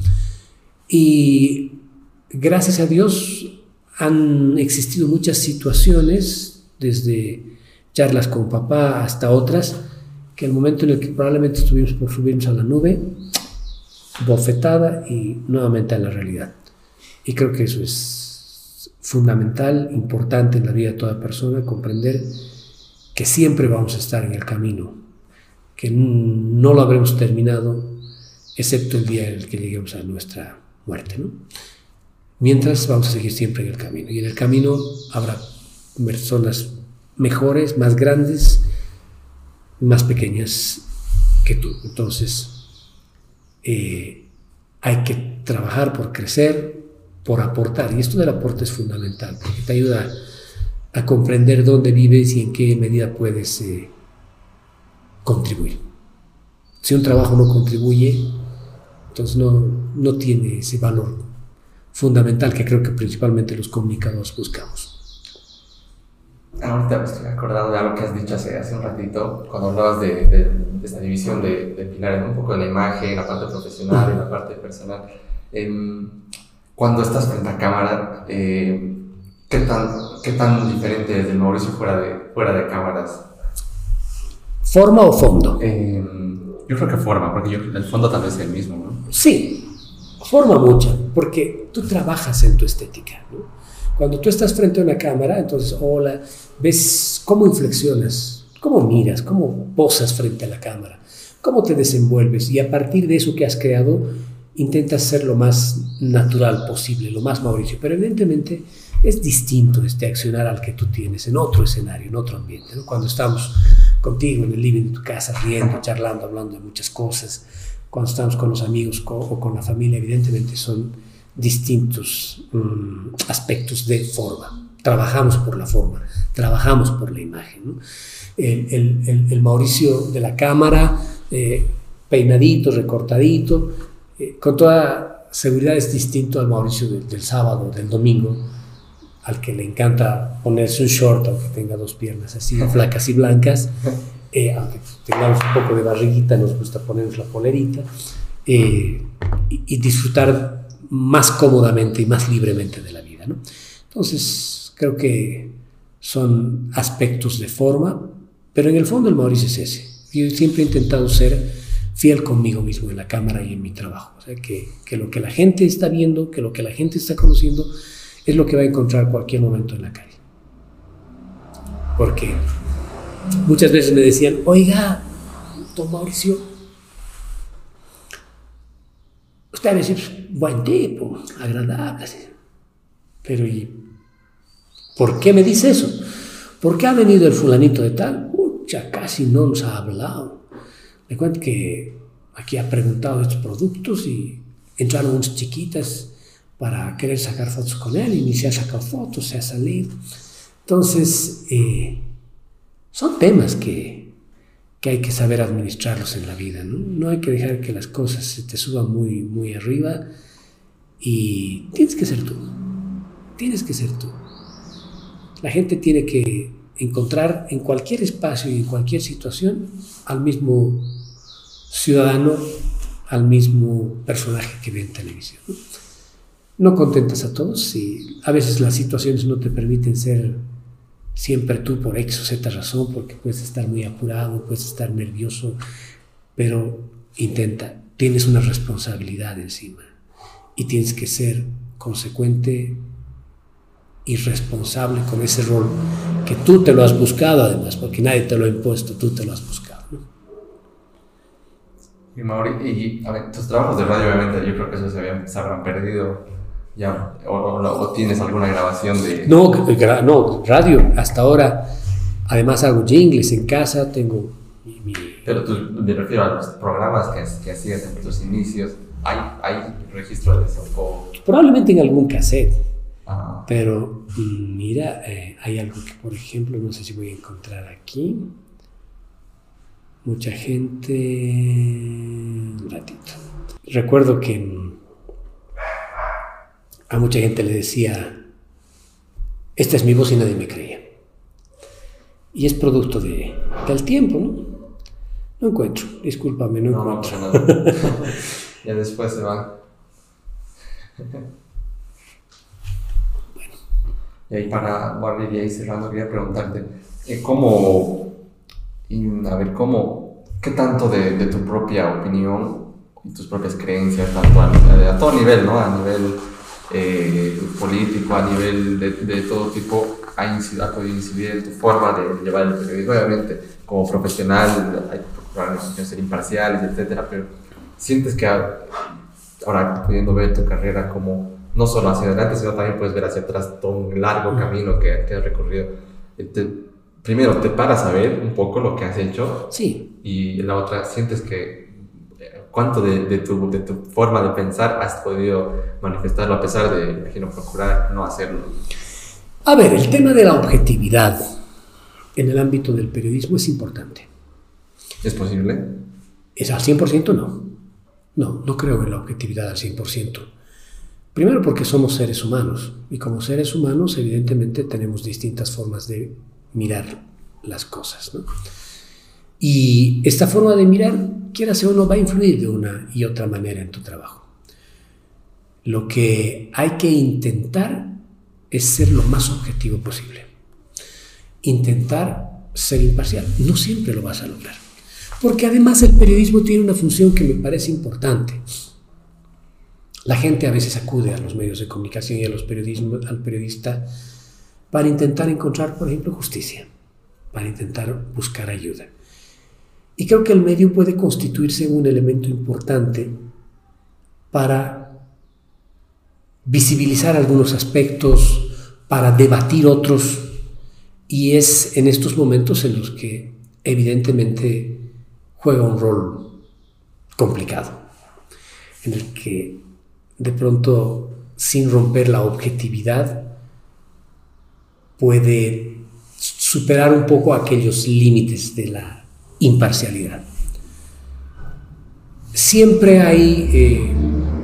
Y gracias a Dios han existido muchas situaciones, desde charlas con papá hasta otras, que el momento en el que probablemente estuvimos por subirnos a la nube, bofetada y nuevamente a la realidad. Y creo que eso es fundamental, importante en la vida de toda persona, comprender que siempre vamos a estar en el camino, que no lo habremos terminado, excepto el día en el que lleguemos a nuestra muerte, ¿no? Mientras vamos a seguir siempre en el camino, y en el camino habrá personas mejores, más grandes, más pequeñas que tú. Entonces eh, hay que trabajar por crecer, por aportar, y esto del aporte es fundamental porque te ayuda a, a comprender dónde vives y en qué medida puedes eh, contribuir. Si un trabajo no contribuye, entonces no, no tiene ese valor fundamental que creo que principalmente los comunicadores buscamos. Ahorita me estoy acordando de algo que has dicho hace, hace un ratito, cuando hablabas de, de, de esta división de, de pilares, ¿no? Un poco de la imagen, la parte profesional y la parte personal. Eh, cuando estás frente a cámara, eh, ¿qué, tan, ¿qué tan diferente es el Mauricio fuera de, fuera de cámaras? ¿Forma o fondo? Eh, yo creo que forma, porque yo, el fondo tal vez es el mismo, ¿no? Sí, forma mucho, porque tú trabajas en tu estética, ¿no? Cuando tú estás frente a una cámara, entonces, hola, ves cómo inflexionas, cómo miras, cómo posas frente a la cámara, cómo te desenvuelves, y a partir de eso que has creado, intentas ser lo más natural posible, lo más Mauricio. Pero evidentemente es distinto este accionar al que tú tienes en otro escenario, en otro ambiente, ¿no? Cuando estamos contigo en el living de tu casa, riendo, charlando, hablando de muchas cosas, cuando estamos con los amigos co- o con la familia, evidentemente son distintos um, aspectos de forma. Trabajamos por la forma, trabajamos por la imagen, ¿no? El, el, el, el Mauricio de la cámara, eh, peinadito, recortadito, eh, con toda seguridad es distinto al Mauricio de, del sábado, del domingo, al que le encanta ponerse un short, aunque tenga dos piernas así, flacas y blancas, eh, aunque tengamos un poco de barriguita, nos gusta ponernos la polerita, eh, y, y disfrutar más cómodamente y más libremente de la vida, ¿no? Entonces, creo que son aspectos de forma, pero en el fondo el Mauricio es ese. Yo siempre he intentado ser fiel conmigo mismo en la cámara y en mi trabajo. O sea, que, que lo que la gente está viendo, que lo que la gente está conociendo, es lo que va a encontrar cualquier momento en la calle. Porque muchas veces me decían, oiga, don Mauricio, usted va a decir, buen tipo, agradable, pero ¿y por qué me dice eso? ¿Por qué ha venido el fulanito de tal? Pucha, casi no nos ha hablado. Le cuento que aquí ha preguntado de estos productos y entraron unas chiquitas para querer sacar fotos con él y ni se ha sacado fotos, se ha salido. Entonces, eh, son temas que... que hay que saber administrarlos en la vida, ¿no? No hay que dejar que las cosas se te suban muy, muy arriba, y tienes que ser tú, tienes que ser tú. La gente tiene que encontrar en cualquier espacio y en cualquier situación al mismo ciudadano, al mismo personaje que ve en televisión, ¿no? No contentas a todos y a veces las situaciones no te permiten ser siempre tú por X o Z razón, porque puedes estar muy apurado, puedes estar nervioso, pero intenta, tienes una responsabilidad encima y tienes que ser consecuente y responsable con ese rol que tú te lo has buscado además, porque nadie te lo ha impuesto, tú te lo has buscado, ¿no? Y Mauri, y a ver, tus trabajos de radio obviamente yo creo que eso se, habían, se habrán perdido ya, o, o, o tienes alguna grabación de... No, gra- no, radio, hasta ahora, además hago jingles en casa, tengo mi... mi... Pero tú, me refiero a los programas que, que hacías en tus inicios, ¿hay, hay registro de eso? O... Probablemente en algún cassette. Ah. Pero mira, eh, hay algo que, por ejemplo, no sé si voy a encontrar aquí. Mucha gente... Un ratito. Recuerdo que a mucha gente le decía, esta es mi voz y nadie me creía. Y es producto de, del tiempo, ¿no? No encuentro, discúlpame, no, no encuentro. No, no, no. Ya después se va. Y ahí para Barbie y ahí cerrando quería preguntarte, eh, ¿cómo, y, a ver, cómo, qué tanto de, de tu propia opinión y tus propias creencias, tanto a, a, a todo nivel, ¿no? A nivel eh, político, a nivel de, de todo tipo, ha, incidido, ha podido incidir en tu forma de llevar el periodismo? Obviamente, como profesional, hay que ser imparciales, etcétera, pero sientes que ahora pudiendo ver tu carrera como no solo hacia adelante, sino también puedes ver hacia atrás todo un largo camino que, que has recorrido. Te, primero, ¿te paras a ver un poco lo que has hecho? Sí. Y la otra, ¿sientes que cuánto de, de, tu, de tu forma de pensar has podido manifestarlo a pesar de, imagino, procurar no hacerlo? A ver, el tema de la objetividad en el ámbito del periodismo es importante. ¿Es posible? ¿Es al cien por ciento? No. No, no creo en la objetividad al cien por ciento. Primero porque somos seres humanos y como seres humanos evidentemente tenemos distintas formas de mirar las cosas, ¿no? Y esta forma de mirar, quiera o no, va a influir de una y otra manera en tu trabajo. Lo que hay que intentar es ser lo más objetivo posible. Intentar ser imparcial. No siempre lo vas a lograr. Porque además el periodismo tiene una función que me parece importante. La gente a veces acude a los medios de comunicación y a los periodismos, al periodista para intentar encontrar, por ejemplo, justicia, para intentar buscar ayuda. Y creo que el medio puede constituirse un elemento importante para visibilizar algunos aspectos, para debatir otros, y es en estos momentos en los que evidentemente juega un rol complicado, en el que de pronto, sin romper la objetividad, puede superar un poco aquellos límites de la imparcialidad. Siempre hay eh,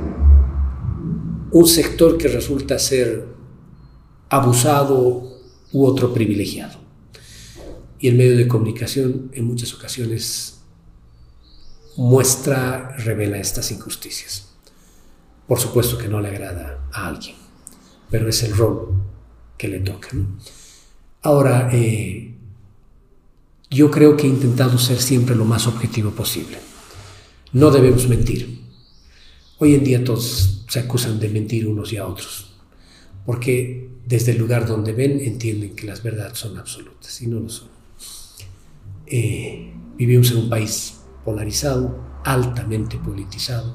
un sector que resulta ser abusado u otro privilegiado. Y el medio de comunicación en muchas ocasiones muestra, revela estas injusticias. Por supuesto que no le agrada a alguien, pero es el rol que le toca, ¿no? Ahora, eh, yo creo que he intentado ser siempre lo más objetivo posible. No debemos mentir. Hoy en día todos se acusan de mentir unos y a otros, porque desde el lugar donde ven entienden que las verdades son absolutas y no lo son. Eh, vivimos en un país polarizado, altamente politizado.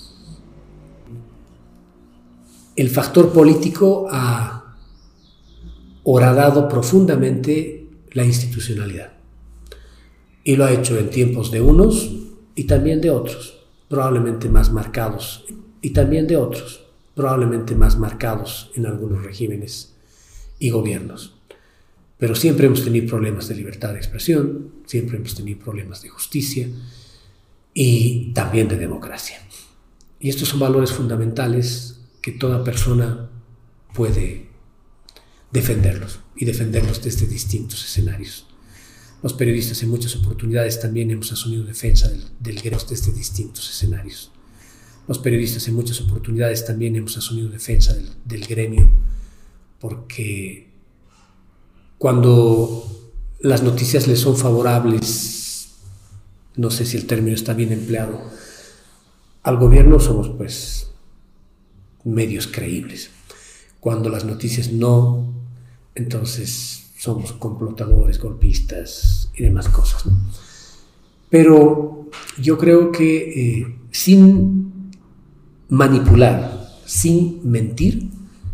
El factor político ha horadado profundamente la institucionalidad y lo ha hecho en tiempos de unos y también de otros, probablemente más marcados, y también de otros, probablemente más marcados en algunos regímenes y gobiernos. Pero siempre hemos tenido problemas de libertad de expresión, siempre hemos tenido problemas de justicia y también de democracia. Y estos son valores fundamentales que toda persona puede defenderlos y defenderlos desde distintos escenarios. Los periodistas en muchas oportunidades también hemos asumido defensa del, del gremio desde distintos escenarios. Los periodistas en muchas oportunidades también hemos asumido defensa del, del gremio, porque cuando las noticias les son favorables, no sé si el término está bien empleado, al gobierno somos pues medios creíbles. Cuando las noticias no, entonces somos complotadores, golpistas y demás cosas, ¿no? Pero yo creo que eh, sin manipular, sin mentir,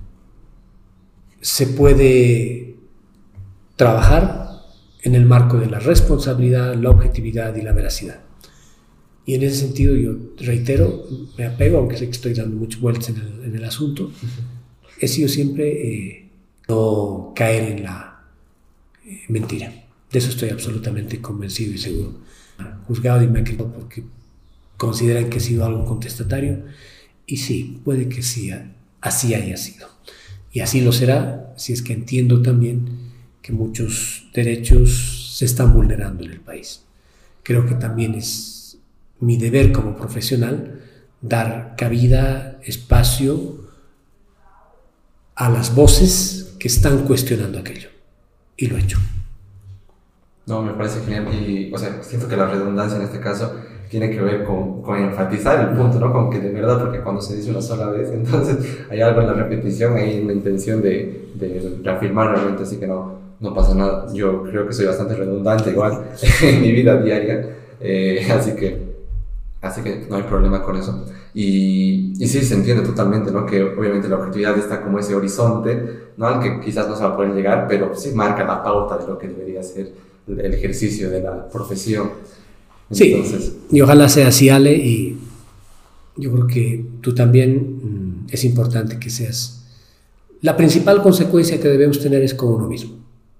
se puede trabajar en el marco de la responsabilidad, la objetividad y la veracidad. Y en ese sentido yo reitero, me apego, aunque sé que estoy dando muchas vueltas en el, en el asunto, uh-huh. He sido siempre eh, no caer en la eh, mentira. De eso estoy absolutamente convencido y seguro. Juzgado y me han criticado porque consideran que he sido algo contestatario, y sí, puede que sí, así haya sido. Y así lo será si es que entiendo también que muchos derechos se están vulnerando en el país. Creo que también es mi deber como profesional dar cabida, espacio a las voces que están cuestionando aquello. Y lo he hecho. No, me parece genial. Y, o sea, siento que la redundancia en este caso tiene que ver con, con enfatizar el punto, ¿no? Con que de verdad, porque cuando se dice una sola vez, entonces hay algo en la repetición, hay una intención de, de reafirmar realmente, así que no, no pasa nada. Yo creo que soy bastante redundante igual en mi vida diaria, eh, así que Así que no hay problema con eso. Y, y sí, se entiende totalmente, ¿no? Que obviamente la objetividad está como ese horizonte, ¿no? Al que quizás no se va a poder llegar, pero sí marca la pauta de lo que debería ser el ejercicio de la profesión. Entonces, sí, y ojalá sea así, Ale, y yo creo que tú también, es importante que seas... La principal consecuencia que debemos tener es con uno mismo.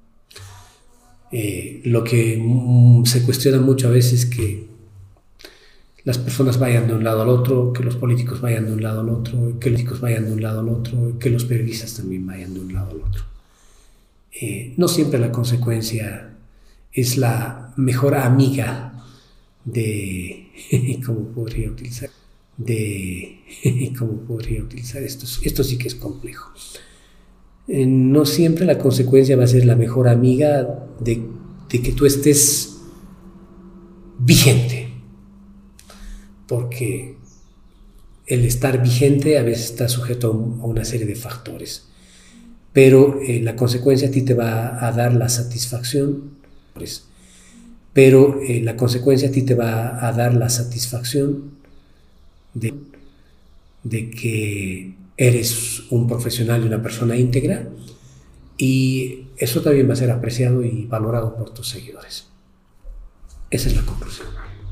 Eh, lo que mm, se cuestiona mucho a veces es que las personas vayan de un lado al otro, que los políticos vayan de un lado al otro, que los políticos vayan de un lado al otro, que los periodistas también vayan de un lado al otro. eh, no siempre la consecuencia es la mejor amiga de... ¿Cómo podría utilizar? De... ¿Cómo podría utilizar esto? Esto sí que es complejo. Eh, no siempre la consecuencia va a ser la mejor amiga de, de que tú estés vigente. Porque el estar vigente a veces está sujeto a una serie de factores. Pero eh, la consecuencia a ti te va a dar la satisfacción. Pero eh, la consecuencia a ti te va a dar la satisfacción de, de que eres un profesional y una persona íntegra, y eso también va a ser apreciado y valorado por tus seguidores. Esa es la conclusión.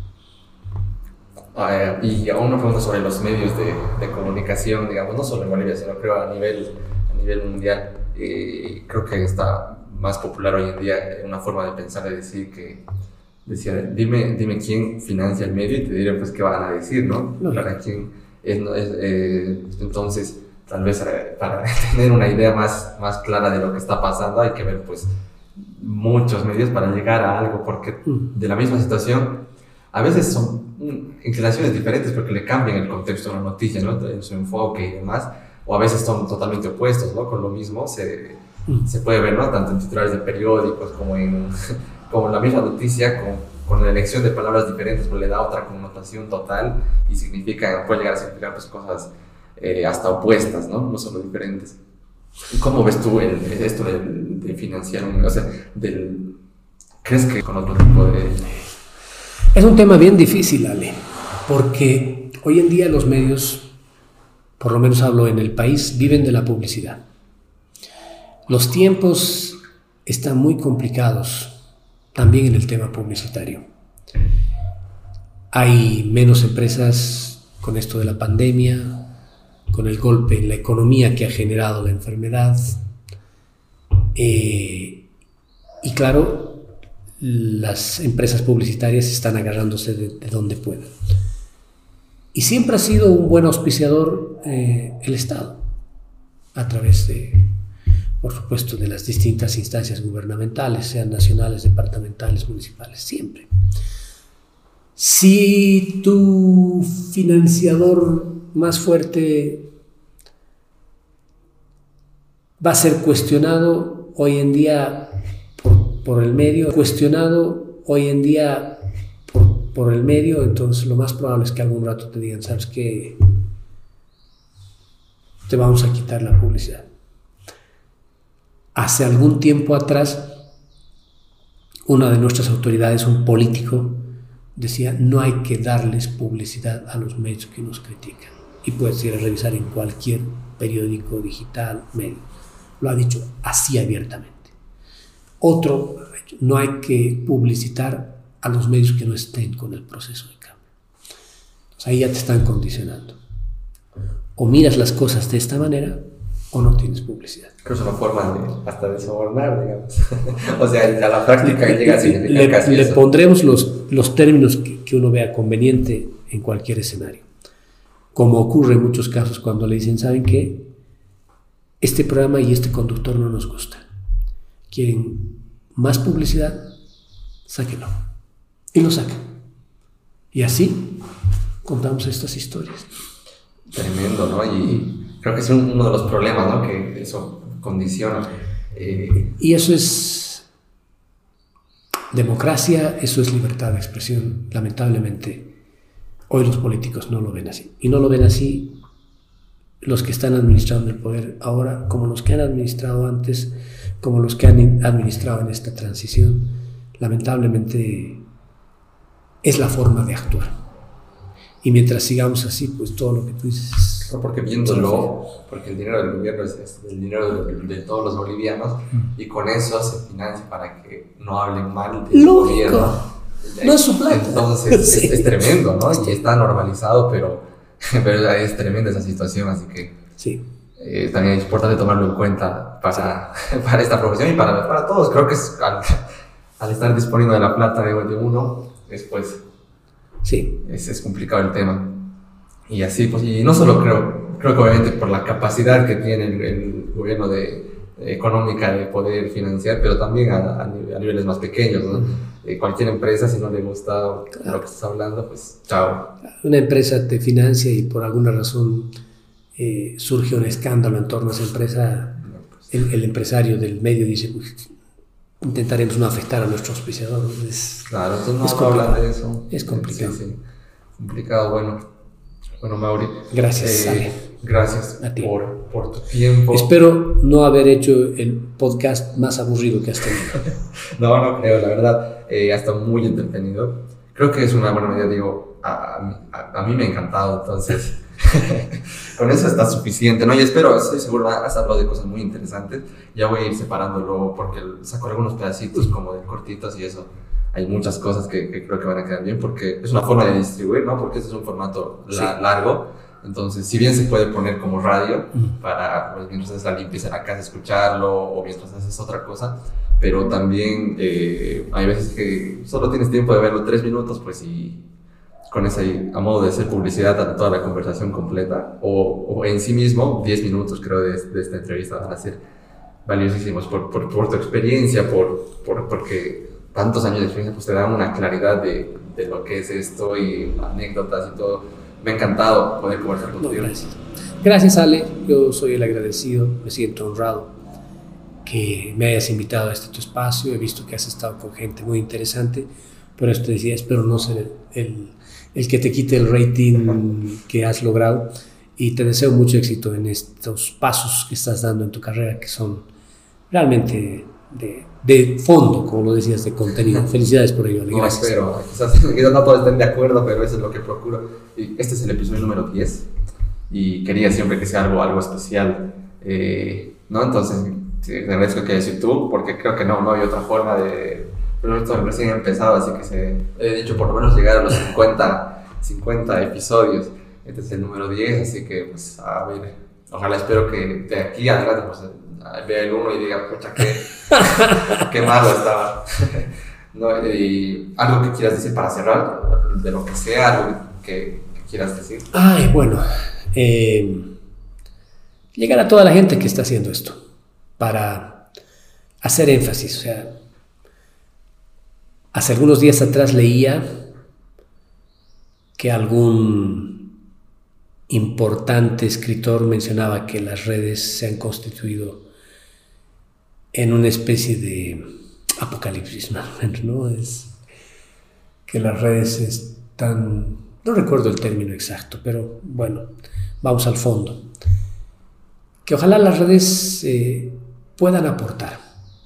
Uh, y aún una pregunta sobre los medios de, de comunicación, digamos, no solo en Bolivia, sino creo a nivel, a nivel mundial. Eh, creo que está más popular hoy en día una forma de pensar, de decir que, decía, dime, dime quién financia el medio y te diré pues qué van a decir, ¿no? No. Para quién es, no es eh, entonces, tal vez para tener una idea más, más clara de lo que está pasando hay que ver pues muchos medios para llegar a algo, porque de la misma situación a veces son inclinaciones diferentes porque le cambian el contexto de la noticia, ¿no? En su enfoque y demás, o a veces son totalmente opuestos, ¿no? Con lo mismo se, se puede ver, ¿no? Tanto en titulares de periódicos como en, como en la misma noticia, con, con la elección de palabras diferentes, pues le da otra connotación total y significa, puede llegar a significar pues cosas eh, hasta opuestas, ¿no? No solo diferentes. ¿Cómo ves tú el, esto de, de financiar un, o sea, del, crees que con otro tipo de... Es un tema bien difícil, Ale, porque hoy en día los medios, por lo menos hablo en el país, viven de la publicidad. Los tiempos están muy complicados también en el tema publicitario. Hay menos empresas con esto de la pandemia, con el golpe en la economía que ha generado la enfermedad. Eh, y claro, las empresas publicitarias están agarrándose de, de donde puedan. Y siempre ha sido un buen auspiciador eh, el Estado, a través de, por supuesto, de las distintas instancias gubernamentales, sean nacionales, departamentales, municipales, siempre. Si tu financiador más fuerte va a ser cuestionado hoy en día por, por el medio, cuestionado hoy en día por, por el medio, entonces lo más probable es que algún rato te digan, ¿sabes qué? Te vamos a quitar la publicidad. Hace algún tiempo atrás, una de nuestras autoridades, un político, decía, no hay que darles publicidad a los medios que nos critican. Y puedes ir a revisar en cualquier periódico, digital, medio. Lo ha dicho así abiertamente. Otro, no hay que publicitar a los medios que no estén con el proceso de cambio. Entonces ahí ya te están condicionando. O miras las cosas de esta manera o no tienes publicidad. Creo que es una forma de, hasta de sobornar, digamos. O sea, a la práctica llega a significar le, casi le eso. pondremos los, los términos que, que uno vea conveniente en cualquier escenario. Como ocurre en muchos casos cuando le dicen, ¿saben qué? Este programa y este conductor no nos gusta. ¿Quieren más publicidad? Sáquenlo. Y lo sacan. Y así contamos estas historias. Tremendo, ¿no? Y creo que es uno de los problemas, ¿no? Que eso condiciona. Eh... Y eso es democracia, eso es libertad de expresión. Lamentablemente, hoy los políticos no lo ven así. Y no lo ven así los que están administrando el poder ahora, como los que han administrado antes, como los que han administrado en esta transición. Lamentablemente, es la forma de actuar. Y mientras sigamos así, pues todo lo que tú dices... No, porque viéndolo, porque el dinero del gobierno es, es el dinero de, de todos los bolivianos, mm. y con eso se financia para que no hablen mal del ¡Lógico! Gobierno. No es su plata. Entonces sí. es, es tremendo, ¿no? Y está normalizado, pero, pero es tremenda esa situación, así que sí. eh, también es importante tomarlo en cuenta para, sí. para esta profesión y para, para todos. Creo que es, al, al estar disponiendo de la plata de, de uno, después... Sí. Es, es complicado el tema. Y así, pues, y no solo creo, creo que obviamente por la capacidad que tiene el, el gobierno de económica de poder financiar, pero también a, a, a niveles más pequeños, ¿no? Eh, cualquier empresa, si no le gusta claro. lo que estás hablando, pues chao. Una empresa te financia y por alguna razón eh, surge un escándalo en torno a esa empresa, el, el empresario del medio dice, pues, intentaremos no afectar a nuestro auspiciador. Es, claro, entonces no, es no hablan de eso. Es complicado. Sí, sí. Complicado, bueno. Bueno, Mauri. Gracias, eh, Ale. Gracias a ti. Por, por tu tiempo. Espero no haber hecho el podcast más aburrido que has tenido. No, no creo, la verdad. Eh, ha estado muy entretenido. Creo que es una buena medida, digo, a, a, a mí me ha encantado, entonces con eso está suficiente, ¿no? Y espero, estoy seguro, has hablado de cosas muy interesantes. Ya voy a ir separándolo porque saco algunos pedacitos como de cortitos y eso. Hay muchas cosas que, que creo que van a quedar bien porque es una forma de distribuir, ¿no? Porque este es un formato la, sí. largo. Entonces, si bien se puede poner como radio mm. para pues, mientras haces la limpieza en la casa escucharlo o mientras haces otra cosa, pero también eh, hay veces que solo tienes tiempo de verlo tres minutos, pues y con esa, a modo de hacer publicidad a toda la conversación completa o, o en sí mismo, diez minutos creo de, de esta entrevista van a ser valiosísimos por, por, por tu experiencia, por, por, porque tantos años de experiencia pues te dan una claridad de, de lo que es esto y anécdotas y todo. Me ha encantado poder conversar contigo. No, gracias. Gracias, Ale. Yo soy el agradecido, me siento honrado que me hayas invitado a este tu espacio. He visto que has estado con gente muy interesante, por eso te decía, espero no ser el, el, el que te quite el rating que has logrado y te deseo mucho éxito en estos pasos que estás dando en tu carrera que son realmente de, de fondo, como lo decías, de contenido. Felicidades por ello, Ale. No, Gracias. espero, quizás, quizás no todos estén de acuerdo, pero eso es lo que procuro. Y este es el episodio número diez y quería siempre que sea algo, algo especial, eh, ¿no? Entonces, te agradezco que hayas sido tú, porque creo que no, no hay otra forma de... Pero esto recién he empezado, así que se, he dicho por lo menos llegar a los cincuenta, cincuenta episodios. Este es el número diez, así que, pues, a ver, ojalá espero que de aquí adelante, pues, vea el uno y diga, pucha, qué, qué malo estaba. No, y algo que quieras decir para cerrar, de lo que sea, algo que, que quieras decir. Ay, bueno, eh, llegar a toda la gente que está haciendo esto, para hacer énfasis. O sea, hace algunos días atrás leía que algún importante escritor mencionaba que las redes se han constituido en una especie de apocalipsis, ¿no? Es que las redes están, no recuerdo el término exacto, pero bueno, vamos al fondo. Que ojalá las redes eh, puedan aportar.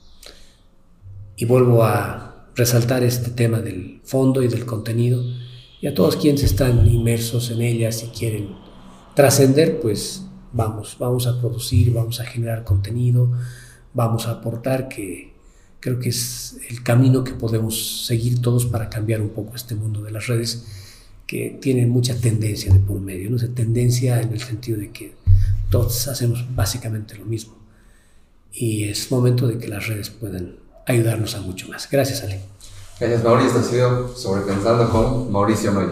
Y vuelvo a resaltar este tema del fondo y del contenido, y a todos quienes están inmersos en ellas y quieren trascender, pues vamos, vamos a producir, vamos a generar contenido, vamos a aportar, que creo que es el camino que podemos seguir todos para cambiar un poco este mundo de las redes, que tiene mucha tendencia de por medio, ¿no? O sea, tendencia en el sentido de que todos hacemos básicamente lo mismo, y es momento de que las redes puedan ayudarnos a mucho más. Gracias, Ale. Gracias, Mauricio. Esto ha sido Sobrepensando con Mauricio Noy.